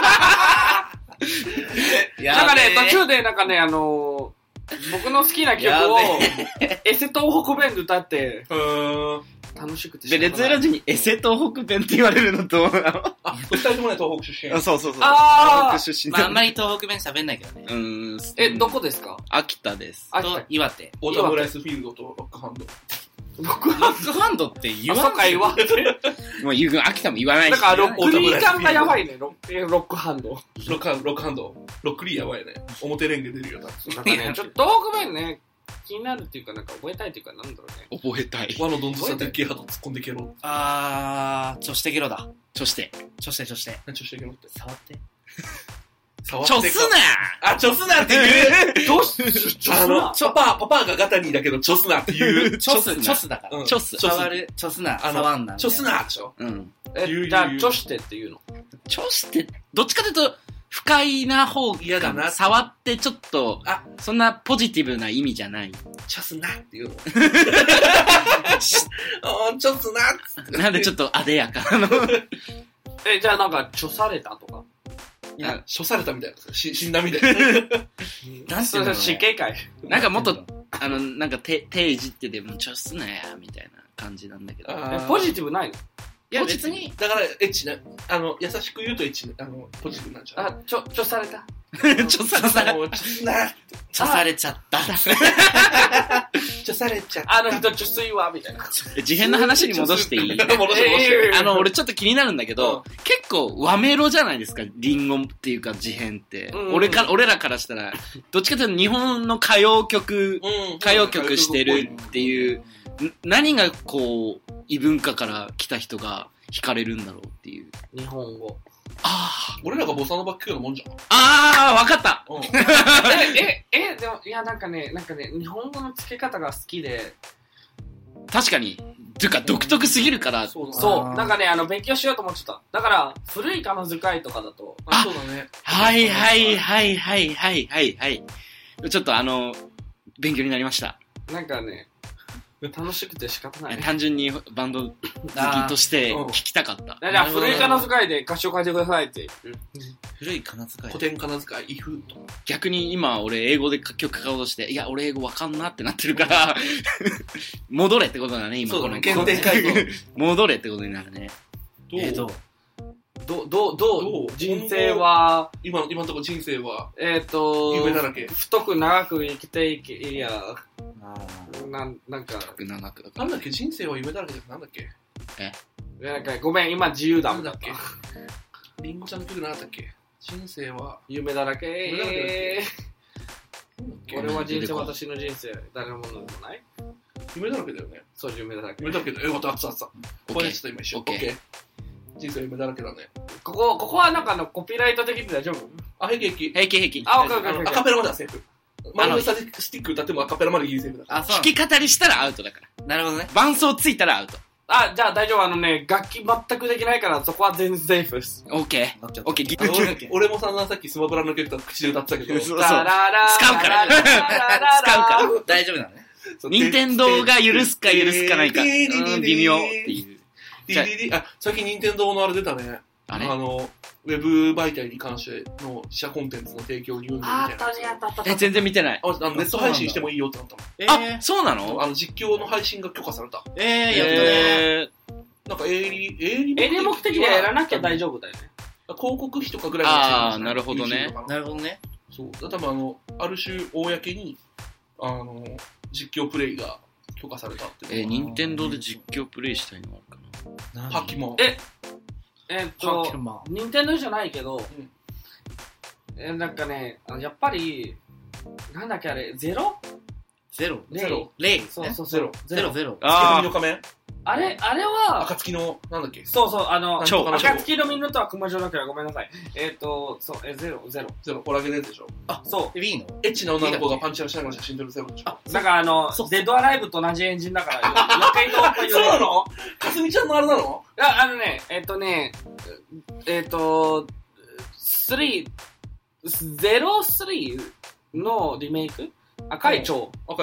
ね、途中でなんかね、僕の好きな曲をエセ東北弁で歌って、楽しくて。 ベネズエラ人にエセ東北弁って言われるのどうなの？ 二人ともね、東北出身。 そう。東北出身。あんまり東北弁喋んないけどね。 どこですか？ 秋田です。 岩手。 オータムライスフィールドとロックハンド。 ロックハンドって言わない。 言われてる。 もう秋田も言わないし。 だからロックリー感がやばいね。ロックハンド。 ロックハンド。ロックリーやばいね。表レンゲ出るよな。 なんかね、ちょっと東北弁ね、気になるっていうか、なんか覚えたいっていうか、なんだろうね。 覚えたい。 和のどんずさでゲハと突っ込んでけろ。 ちょしてゲロだ。 ちょして。 ちょして。 何ちょしてゲロって。 触って。 チョスナあ、チョスナって言う。どうし、パパがガタニーだけど、チョスナって言う。 チョスだから。 チョス。 触る、チョスナ、触んな。 チョスナでしょ。 うん。 じゃあ、チョしてって言うの？ チョして、どっちかというと、不快な方嫌だな。 触ってちょっと、そんなポジティブな意味じゃない。 チョスナって言うの。チョスナなんでちょっとあでやかなの。 じゃあなんか、チョされたとか。 いや、処されたみたいな。死んだみたいな。 なんていうの？死刑会。 なんかもっと、なんか手いじってでもチョすなや、みたいな感じなんだけど。 ポジティブないの？ いや別に。 だから、エッチな、優しく言うとエッチな、ポジティブなんじゃない？ チョされた。 チョされちゃった。 チョされちゃった。 人、貯水はみたいな。 事変の話に戻していい？ 戻して。 俺ちょっと気になるんだけど、結構、和メロじゃないですか、リンゴっていうか事変って。俺らからしたら、どっちかというと日本の歌謡曲してるっていう、何がこう、異文化から来た人が惹かれるんだろうっていう。 日本語。 俺らがボサノバ聞くようなもんじゃん。 わかった。 でも、いや、なんかね、日本語の付け方が好きで。 確かに。ていうか、独特すぎるから。 そう。なんかね、勉強しようと思っちゃった。だから、古い仮名遣いとかだと。 そうだね。 はい。ちょっと勉強になりました。 なんかね、楽しくて仕方ない。 単純にバンド好きとして聞きたかった。 じゃあ、古い仮名遣いで歌詞を書いてくださいって。 古い仮名遣い。 古典仮名遣い、イフと。 逆に今、俺、英語で曲書こうとして、いや、俺英語わかんなってなってるから、戻れってことだね、今。 そうだね、原点回答。 戻れってことになるね。 どう人生は、 今のところ人生は、 夢だらけ。 太く長く生きていや、なんか、 なんだっけ、人生は夢だらけじゃなんだっけ。 なんか、ごめん、今自由だ。 なんだっけ。リンゴちゃんの曲なかったっけ。人生は夢だらけ。俺は人生、私の人生、誰のものでもない。 夢だらけだよね。 そう、夢だらけ。 夢だらけだよ。あった。これちょっと今一緒。オッケー。人生は夢だらけだね。 ここはなんかコピーライト的で大丈夫？ 平気。 オッケー。 アカペラまではセーフ。マイナススティック歌ってもアカペラまでギリセーフだから。 弾き語りしたらアウトだから。 なるほどね。 伴奏ついたらアウト。 じゃあ大丈夫。楽器全くできないからそこは全然セーフです。 オッケー。 俺もさっきスマブラの曲と口で歌ってたけど。 使うから。 大丈夫なのね。 任天堂が許すか許すかないか。微妙っていう。 最近任天堂のあれ出たね。ウェブ媒体に関しての自社コンテンツの提供に運動みたいな。 全然見てない。 ネット配信してもいいよってなったの。そうなの？ 実況の配信が許可された。 やったね。 なんか営利目的でやらなきゃ大丈夫だよね。 広告費とかぐらいのなるほどね。 そう。多分ある種、公に、実況プレイが許可されたって。 任天堂で実況プレイしたいのあるかな？ パキモン。 任天堂じゃないけど、なんかね、やっぱり、なんだっけあれ、ゼロ。 そう。 ゼロ。 あの仮面あれは、 暁の、なんだっけそう、暁の実とは熊城だからごめんなさい。ゼロ。 ホラゲのやつでしょ。 そう。 いいの？ エッチな女の子がパンチラしながら写真撮るゼロでしょ。 なんかデッドアライブと同じエンジンだから、余計とそうなの？かすみちゃんのあれなの？ いや、03のリメイク？赤い蝶と、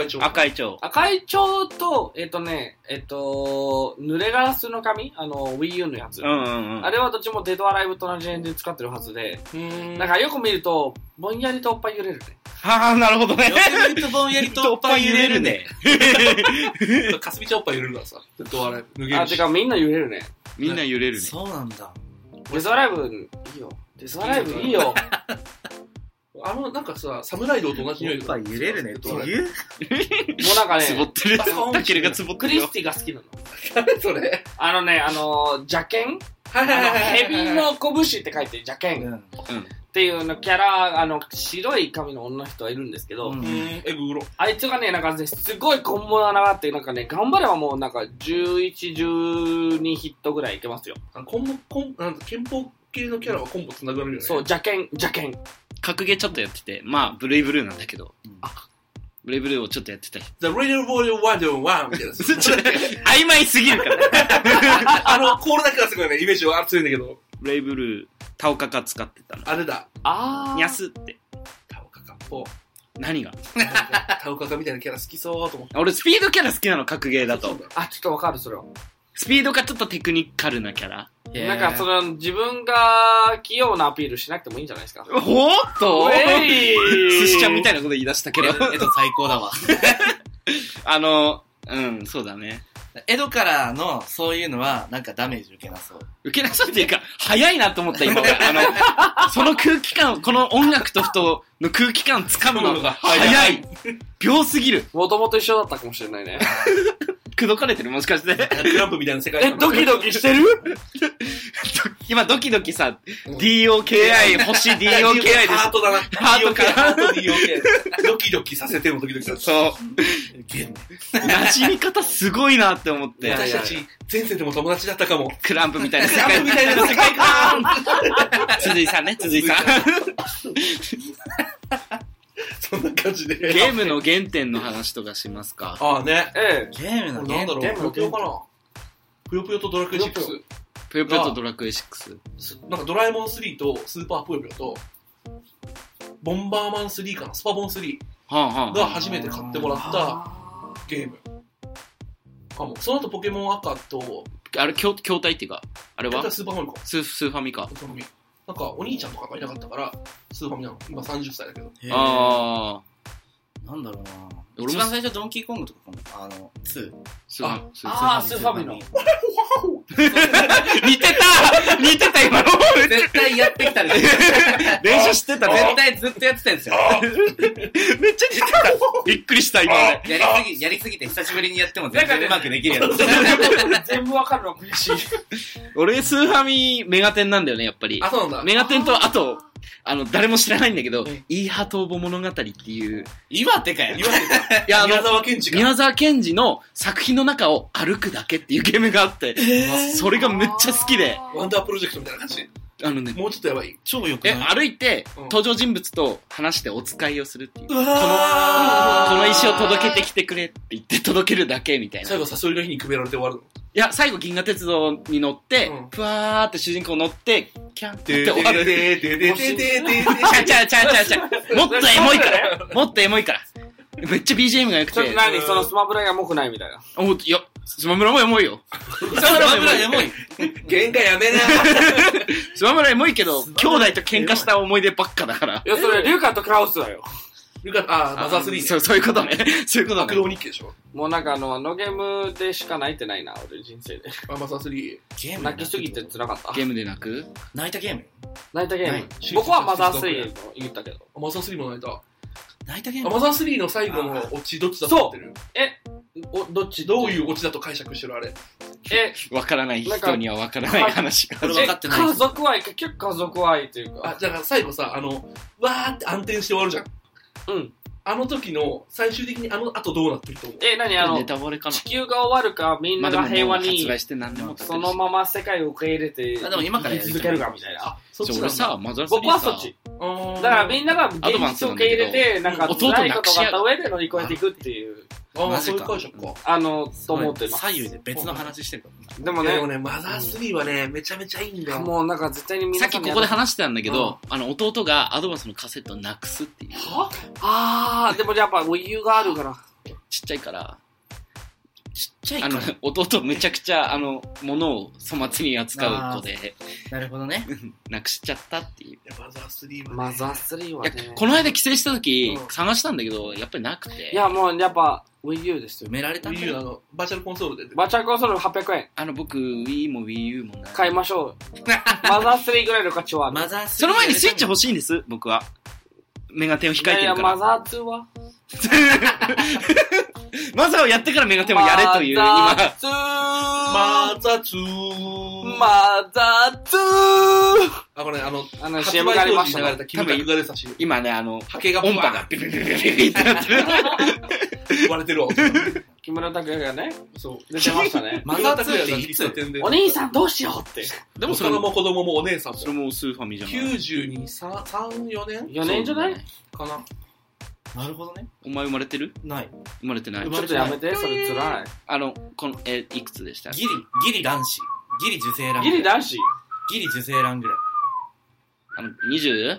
濡れガラスの紙Wii U のやつ。あれはどっちもデッドアライブと同じエンジン使ってるはずで、なんかよく見ると、ぼんやりとおっぱい揺れるね。 なるほどね。 よく見るとぼんやりとおっぱい揺れるね。 かすみちゃんおっぱい揺れるからさ、デッドアライブ。 てかみんな揺れるね。 そうなんだ。 デッドアライブいいよ。 なんかさ、サムライドと同じ匂いおっぱい揺れるねっていう？ もうなんかね、 つぼってる。タケルがつぼってる。 クリスティが好きなの。 誰それ？ 邪剣？ヘビの拳って書いて邪剣。っていうキャラ、白い髪の女の人がいるんですけど、あいつがね、なんかね、すごいコンボが長って、なんかね、頑張ればもうなんか11、12ヒットぐらいいけますよ。 憲法系のキャラはコンボつながるよね。 そう、邪剣。 格ゲーちょっとやってて、まあ、ブルーブルーなんだけど、ブレイブルーをちょっとやってたり。 The Radio Warrior 101みたいな。 曖昧すぎるから。 コールだけはすごいね、イメージは強いんだけど。 ブレイブルー、タオカカ使ってたの。 あれだ。 ニャスって。 タオカカっぽ。 何がタオカカみたいなキャラ好きそうと思って。 俺スピードキャラ好きなの、格ゲーだと。 ちょっとわかる、それは。 スピードがちょっとテクニカルなキャラ。 なんか自分が器用なアピールしなくてもいいんじゃないですか。 おっと寿司ちゃんみたいなこと言い出したけど。 最高だわ。 そうだね。 エドからのそういうのはなんかダメージ受けなそう。 受けなそうっていうか、早いなと思った今俺。その空気感、この音楽とふとの空気感掴むのが早い。秒すぎる。 もともと一緒だったかもしれないね。 口説かれてるもしかして。 クランプみたいな世界。 ドキドキしてる今ドキドキさ、DOKI、星 DOKI でハートだな。 ハートか。 ハート DOKI。ドキドキさせてもドキドキさせて。 そう。馴染み方すごいなって思って。 私たち、前世でも友達だったかも。 クランプみたいな世界。 クランプみたいな世界観。 辻井さんね、辻井さん。 そんな感じで。 ゲームの原点の話とかしますか？ ああね。 ゲームの原点。 なんだろう、ぷよぷよかな。ぷよぷよとドラクエ6。 ぷよぷよとドラクエ6。 なんかドラえもん3とスーパーぷよぷよと、ボンバーマン3かな、スパボン3が初めて買ってもらったゲーム。その後ポケモン赤と、 あれ、筐体っていうか、あれはスーパーファミか。 スーファミか。 なんかお兄ちゃんとかがいなかったから、スーファミなの。今30歳だけど。 なんだろうな。一番最初ドンキーコングとかかな。2。 スーファミの。 似てた今の。 絶対やってきたね。 練習してたね。 絶対ずっとやってたんですよ。 めっちゃ似てた。びっくりした今。 やりすぎて久しぶりにやっても全然うまくできるやつ。 全部わかるの嬉しい。 俺スーファミメガテンなんだよね、やっぱり。 あ、そうなんだ。 メガテンと、あと、誰も知らないんだけど、イーハトーボ物語っていう。 岩手かよ。 いや、宮沢賢治が。 宮沢賢治の作品の中を歩くだけっていうゲームがあって、それがめっちゃ好きで。 ワンダープロジェクトみたいな感じ。もうちょっとやばい。 超よくない？ 歩いて、登場人物と話してお使いをするっていう。この石を届けてきてくれって言って届けるだけみたいな。 最後、サソリの日に組められて終わるの？ いや、最後銀河鉄道に乗って、ふわーって主人公乗って、キャンって終わる。ちゃ。もっとエモいから。めっちゃ BGM が良くて。 ちょっと何そのスマブラがエモくないみたいな。 いや、スマブラもエモいよ。 スマブラエモい。 喧嘩やめな。 スマブラエモいけど、兄弟と喧嘩した思い出ばっかだから。 いや、それ、リュカとクラウスだよ。 マザー3ね。 そういうことね。そういうことね。 悪道日記でしょ。 もうなんかゲームでしか泣いてないな、俺人生で。 マザー3。 泣きすぎて辛かった。 ゲームで泣く？ 泣いたゲーム？ 泣いたゲーム。僕はマザー3の言ったけど。 マザー3も泣いた。 泣いたゲーム？ マザー3の最後のオチどっちだと思ってる？どういうオチだと解釈してるあれ？ わからない人にはわからない話が。 分かってない。 家族愛、結局家族愛っていうか。 じゃあ最後さ、わーって暗転して終わるじゃん。うん。あの時の、最終的に後どうなってると思う？ 何ネタバレかな？ 地球が終わるか、みんなが平和に、そのまま世界を受け入れて、 でも今から続けるかみたいな。 俺さ、マザー3 僕はそっち。だからみんなが現実を受け入れて、なんか辛いことがあった上で乗り越えていくっていう。 そういう解釈か。 と思ってます。 左右で別の話してるから。でもね、 マザー3はね、めちゃめちゃいいんだよ。 もうなんか絶対に皆さっきここで話してたんだけど、弟がアドバンスのカセットをなくすっていう。 でもやっぱ Wii U があるから。 ちっちゃいから。弟めちゃくちゃ、物を粗末に扱う子で。 なるほどね。 なくしちゃったっていう。 マザー3はね。 この間帰省した時、探したんだけど、やっぱりなくて。 いや、もうやっぱ、Wii U ですよ。 埋められたんだよ。バーチャルコンソールで。 バーチャルコンソール800円。 僕、Wii も Wii U もない。 買いましょう。マザー3ぐらいの価値はある。 その前にスイッチ欲しいんです、僕は。メガテンを控えてるから。 マザー2はマザーをやってからメガテンをやれという、今。 マザー2。これ CM がありましたね。 多分今ね、 波形が音波がビビビビビビってなってる。 割れてるわ。 木村拓哉がね、出てましたね。 マザー2っていつお兄さんどうしようって。 でもそれも子供もお姉さんも。 それもスーファミじゃない。 92、3、4年 ?4 年じゃないかな。 なるほどね。 お前生まれてる？ ない。 生まれてない。 ちょっとやめて、それ辛い。 いくつでした？ ギリ男子。ギリ受精卵。 ギリ男子？ ギリ受精卵ぐらい。 20？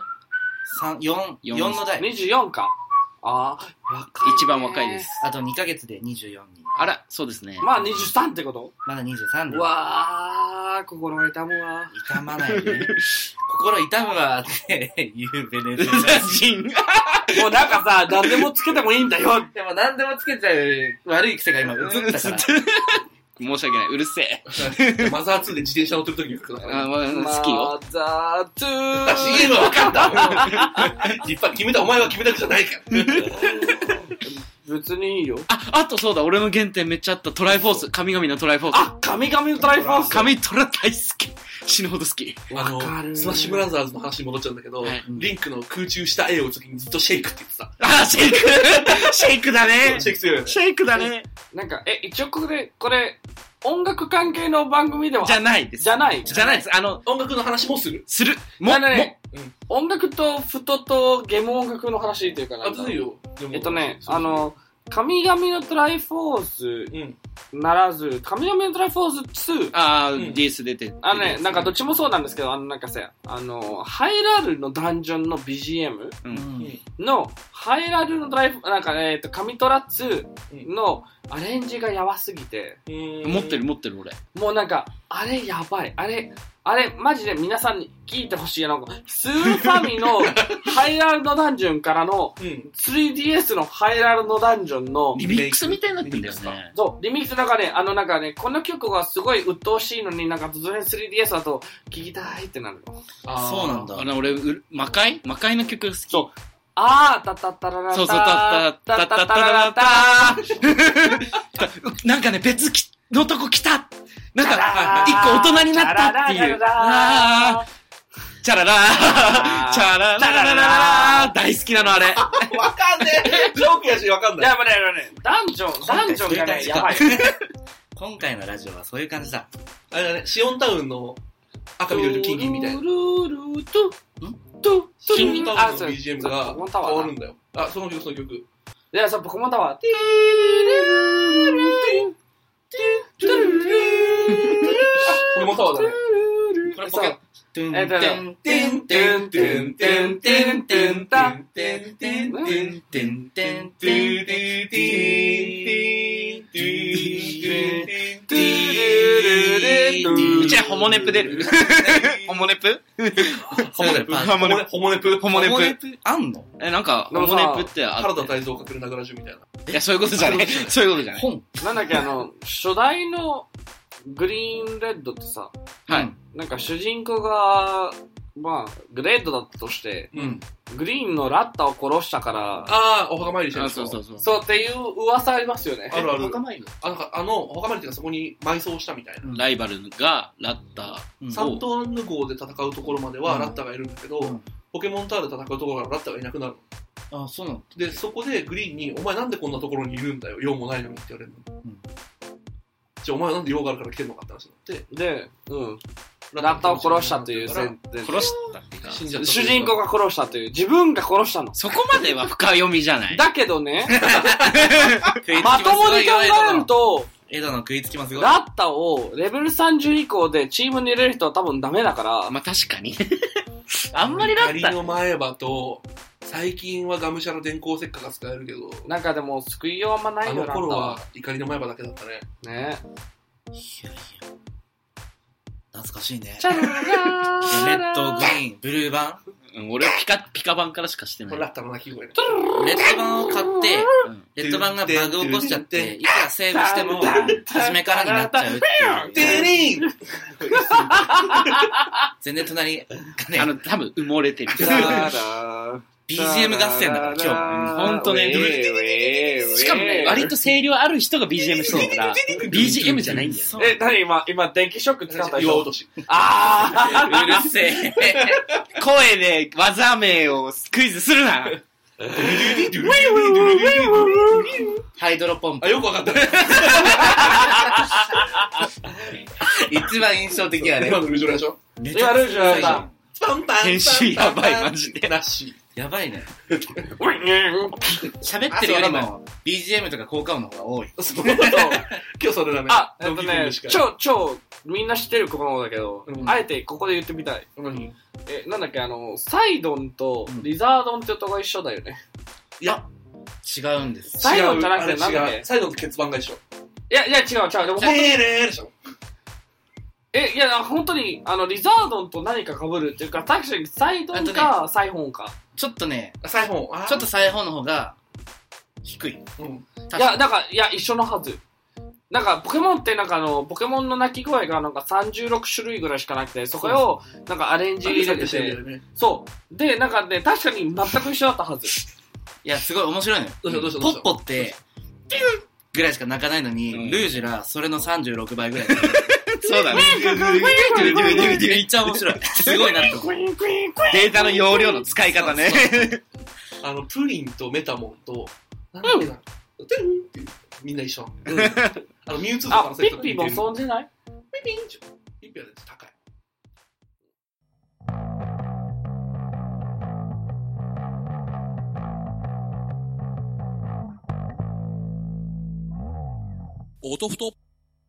4の代。 24か。ああ、 若い。一番若いです。 あと2ヶ月で24人。 あら、そうですね。 まあ23ってこと？ まだ23で。 うわー、心が痛むわ。 痛まないね。心痛むわって言うベネズエラ人。 もうなんかさ、何でもつけてもいいんだよ。 でも何でもつけちゃう悪い癖が今映ったから。 申し訳ない。うるせえ。マザー2で自転車乗ってる時に聞くから。 好きよ。 マザー2。 CM 分かった決めた、お前は決めたくじゃないから。 別にいいよ。 あとそうだ、俺の原点めっちゃあったトライフォース。神々のトライフォース。 あ、神々のトライフォース。 神トラ大好き。死ぬほど好き。 スマッシュブラザーズの話に戻っちゃうんだけど、リンクの空中下絵を打つ時にずっとシェイクって言ってた。 シェイクシェイクだね。 シェイク強いよね。 シェイクだね。 なんか、一応これ、音楽関係の番組ではじゃないです。 じゃないです。 音楽の話もする。 音楽とフトとゲーム音楽の話っていうかな。 あ、いいよ。 神々のトライフォースならず、神々のトライフォース2。 DS 出て。 なんかどっちもそうなんですけど、なんかさ、ハイラルのダンジョンの BGM の、ハイラルのトライフ、なんか神トラ2のアレンジがやばすぎて。 持ってる俺。 もうなんか、あれやばい。あれ、マジで皆さんに聞いてほしい。スーファミのハイラルのダンジョンからの、3DS のハイラルのダンジョンの、 リミックスみたいになってんだよね。 そう、リミックスなんかね、この曲がすごい鬱陶しいのに、なんか突然 3DS だと聴きたいってなるの。 そうなんだ。 俺、魔界の曲好き。 そう。タタタララタ。 そう、タタタタララタ。なんかね、別のとこ来た。なんか、一個大人になったっていう。チャララーチャラララー大好きなのあれ。 わかんねえジョークやしわかんない。 いや、もうね、ダンジョンがね、やばい。 今回のラジオはそういう感じだ。 あれだね、シオンタウンの赤緑とキンキンみたいな。シオンタウンの BGM が変わるんだよ。あ、その曲。 いや、ポケモンタワー。 ポケモンタワーだね。これポケトゥントゥントゥントゥントゥントゥントゥントゥンタントゥントゥントゥントゥントゥントゥントゥントゥントゥントゥンうちはホモネプ出る。ホモネプあんの？ なんか、ホモネプってあって。 原田泰造かけるながらじゅみたいな。 いや、そういうことじゃない。そういうことじゃない。 本なんだっけ、初代のグリーンレッドってさ、 はい。 なんか主人公が、まあ、グレードだったとして、グリーンのラッタを殺したから、 お墓参りしてる。 そうっていう噂ありますよね。 ある。 お墓参り？ お墓参りっていうかそこに埋葬したみたいな。 ライバルがラッタサントンヌ号で戦うところまではラッタがいるんだけど、ポケモンタワーで戦うところからラッタがいなくなるの。あ、そうなの？ で、そこでグリーンに、お前なんでこんなところにいるんだよ、用もないのにって言われるの。じゃあお前なんで用があるから来てるのかって話になって。で、ラッタを殺したという殺したっていうか、 主人公が殺したという、自分が殺したの。 そこまでは深読みじゃない。 だけどね、まともに考えると、 エドの食いつきもすごい。 ラッタをレベル30以降でチームに入れる人は多分ダメだから。 まあ確かに。あんまりラッタ。 仮の前歯と、最近はガムシャラ電光石火が使えるけど。 なんかでも救いようあんまないよ、 あの頃は怒りの前歯だけだったね。 ね。 いや懐かしいね。 チャララレッド、グリーン、ブルー版？ 俺ピカ版からしかしてない。 ラッタの鳴き声。 レッド版を買って、レッド版がバグ起こしちゃって、いくらセーブしても、初めからになっちゃうっていう。全然隣がね、 多分埋もれてる。 BGM 合戦だから今日。 ほんとね。しかもね、割と声量ある人が BGM してるから、BGM じゃないんだよ。 何今電気ショック使った岩落とし。 うるせえ。声で技名をクイズするな。 ハイドロポンプ。 あ、よくわかった。 一番印象的やね。 今のルージュラでしょ？ 今ルージュラだ。 編集やばい、マジで。 なし。 やばいね。喋ってるよりも BGM とか効果音の方が多い。 そう。今日それだね。 超、みんな知ってるこのだけど、あえてここで言ってみたい。なんだっけ、サイドンとリザードンって音が一緒だよね。 いや、 違うんです。 サイドンじゃなくてなんだっけ？ サイドンと結番が一緒。 いや、違う。でも本当にでしょ。 いや、本当に、リザードンと何か被るっていうか、確かにサイドンか、サイホンか。 ちょっとね、 サイホン。 ちょっとサイホンの方が、低い。 いや、一緒のはず。なんか、ポケモンってポケモンの鳴き声が36種類ぐらいしかなくて、そこを、アレンジ入れてて、そう。で、確かに全く一緒だったはず。 いや、すごい面白いのよ。ポッポって、ピュンぐらいしか鳴かないのに、ルージュラ、それの36倍ぐらい。 そうだね。 めっちゃ面白い。すごいなって。 データの容量の使い方ね。 プリンとメタモンと、なんだっけな。みんな一緒。ミュウツーとかのセットピッピもそうじゃない？ ピッピは高い。 音ふと。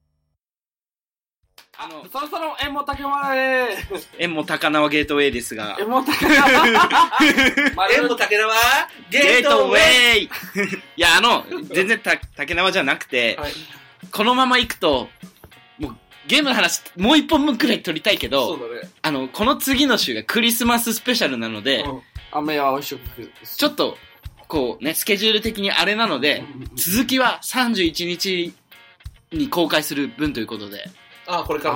そろそろ縁も竹縄で縁も高輪ゲートウェイですが。 縁も竹縄縁も竹縄ゲートウェイいや、全然竹縄じゃなくて、このまま行くと、もうゲームの話、もう一本分くらい撮りたいけど、 そうだね。 この次の週がクリスマススペシャルなので、 雨はお食ちょっと、こうね、スケジュール的にあれなので、続きは31日に公開する分ということで。 これから。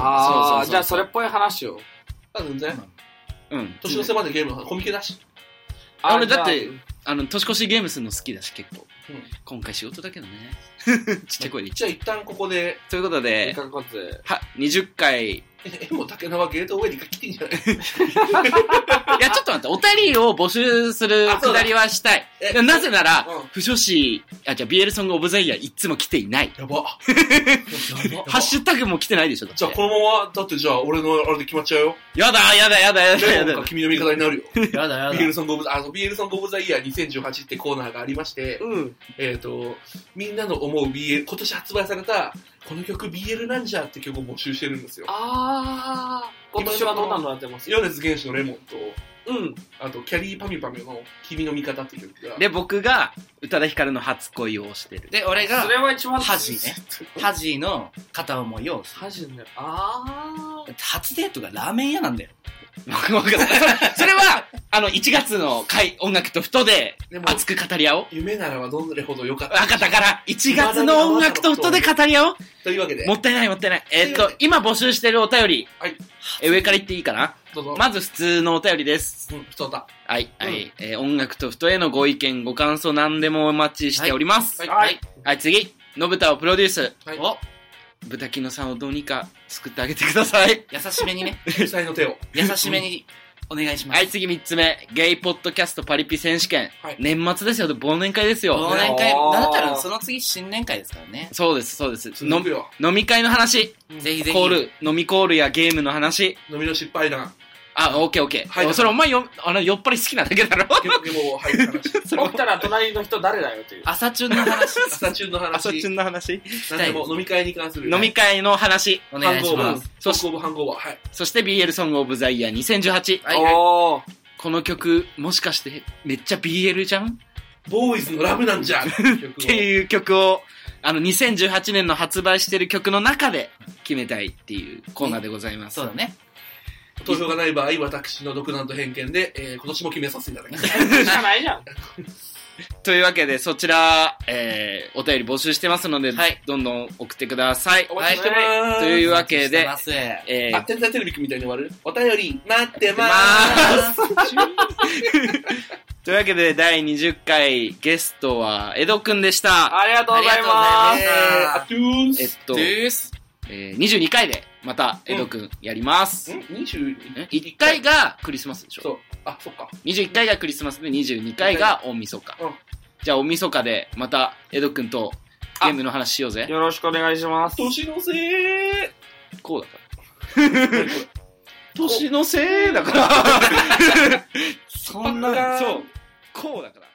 じゃあそれっぽい話を。 全然。年の瀬までゲームのコミケだし。 俺だって、年越しゲームするの好きだし、結構。今回仕事だけどね。ちっちゃい声で言っちゃう。 じゃあ一旦ここで。 ということで、20回。 もう竹縄ゲートウェイに来てんじゃないいや、ちょっと待って、お便りを募集するくだりはしたい。なぜなら、不女子、BL ソングオブザイヤーいつも来ていない。 やば。 ハッシュタグも来てないでしょ。 じゃあこのまま、だってじゃあ俺のあれで決まっちゃうよ。 やだ。 君の味方になるよ。 やだ。 BL ソングオブザイヤー2018ってコーナーがありまして、みんなの思う BL、今年発売された、この曲 BL なんじゃって曲を募集してるんですよ。 今年はどんなのやってます？ 米津玄師のレモンと、あとキャリーパミュパミュの君の味方っていう曲が。 で、僕が宇多田ヒカルの初恋をしてる。 で、俺が、 それは一番ハジね。ハジの片思いを。 ハジね。 初デートがラーメン屋なんだよ。 それは、1月の音楽とふとで熱く語り合おう。 夢ならばどれほど良かった。 わかったから、1月の音楽とふとで語り合おう。 というわけで。 もったいない。今募集してるお便り。上から言っていいかな？ どうぞ。 まず普通のお便りです。 普通だ。 はい。音楽とふとへのご意見、ご感想何でもお待ちしております。はい、次。のぶたをプロデュース。豚キノさんをどうにか作ってあげてください。 優しめにね。 救済の手を。 優しめにお願いします。 はい、次3つ目。ゲイポッドキャストパリピ選手権。年末ですよ。忘年会ですよ。 忘年会。なんだったらその次新年会ですからね。 そうです。飲み会の話。 ぜひ。 飲みコールやゲームの話。 飲みの失敗談。 オッケー。それお前酔っ払い好きなだけだろ。 でも入る話。 起きたら隣の人誰だよっていう。 朝チュンの話。 朝チュンの話。 何でも飲み会に関する。 飲み会の話。 お願いします。 ソングオブハンゴーバー。はい。 そして BL ソングオブザイヤー2018。 はい。 この曲、もしかしてめっちゃ BL じゃん？ ボーイズのラブなんじゃっていう曲を、2018年の発売してる曲の中で決めたいっていうコーナーでございます。 そうだね。 投票がない場合、私の独断と偏見で、今年も決めさせていただきます。 しかないじゃん。 というわけで、そちら、お便り募集してますので、どんどん送ってください。 お待ちしてまーす。 というわけで、 天才テレビみたいに終わる？お便り待ってまーす。 というわけで、第20回ゲストは、江戸くんでした。 ありがとうございます。 22回で、また、江戸くんやります。 22？ 1回がクリスマスでしょ？ そう。 あ、そっか。 21回がクリスマスで22回が大晦日。じゃあ大晦日でまたエド君とゲームの話しようぜ。 よろしくお願いします。 年のせい。 こうだから年のせいだからそんなそうこうだから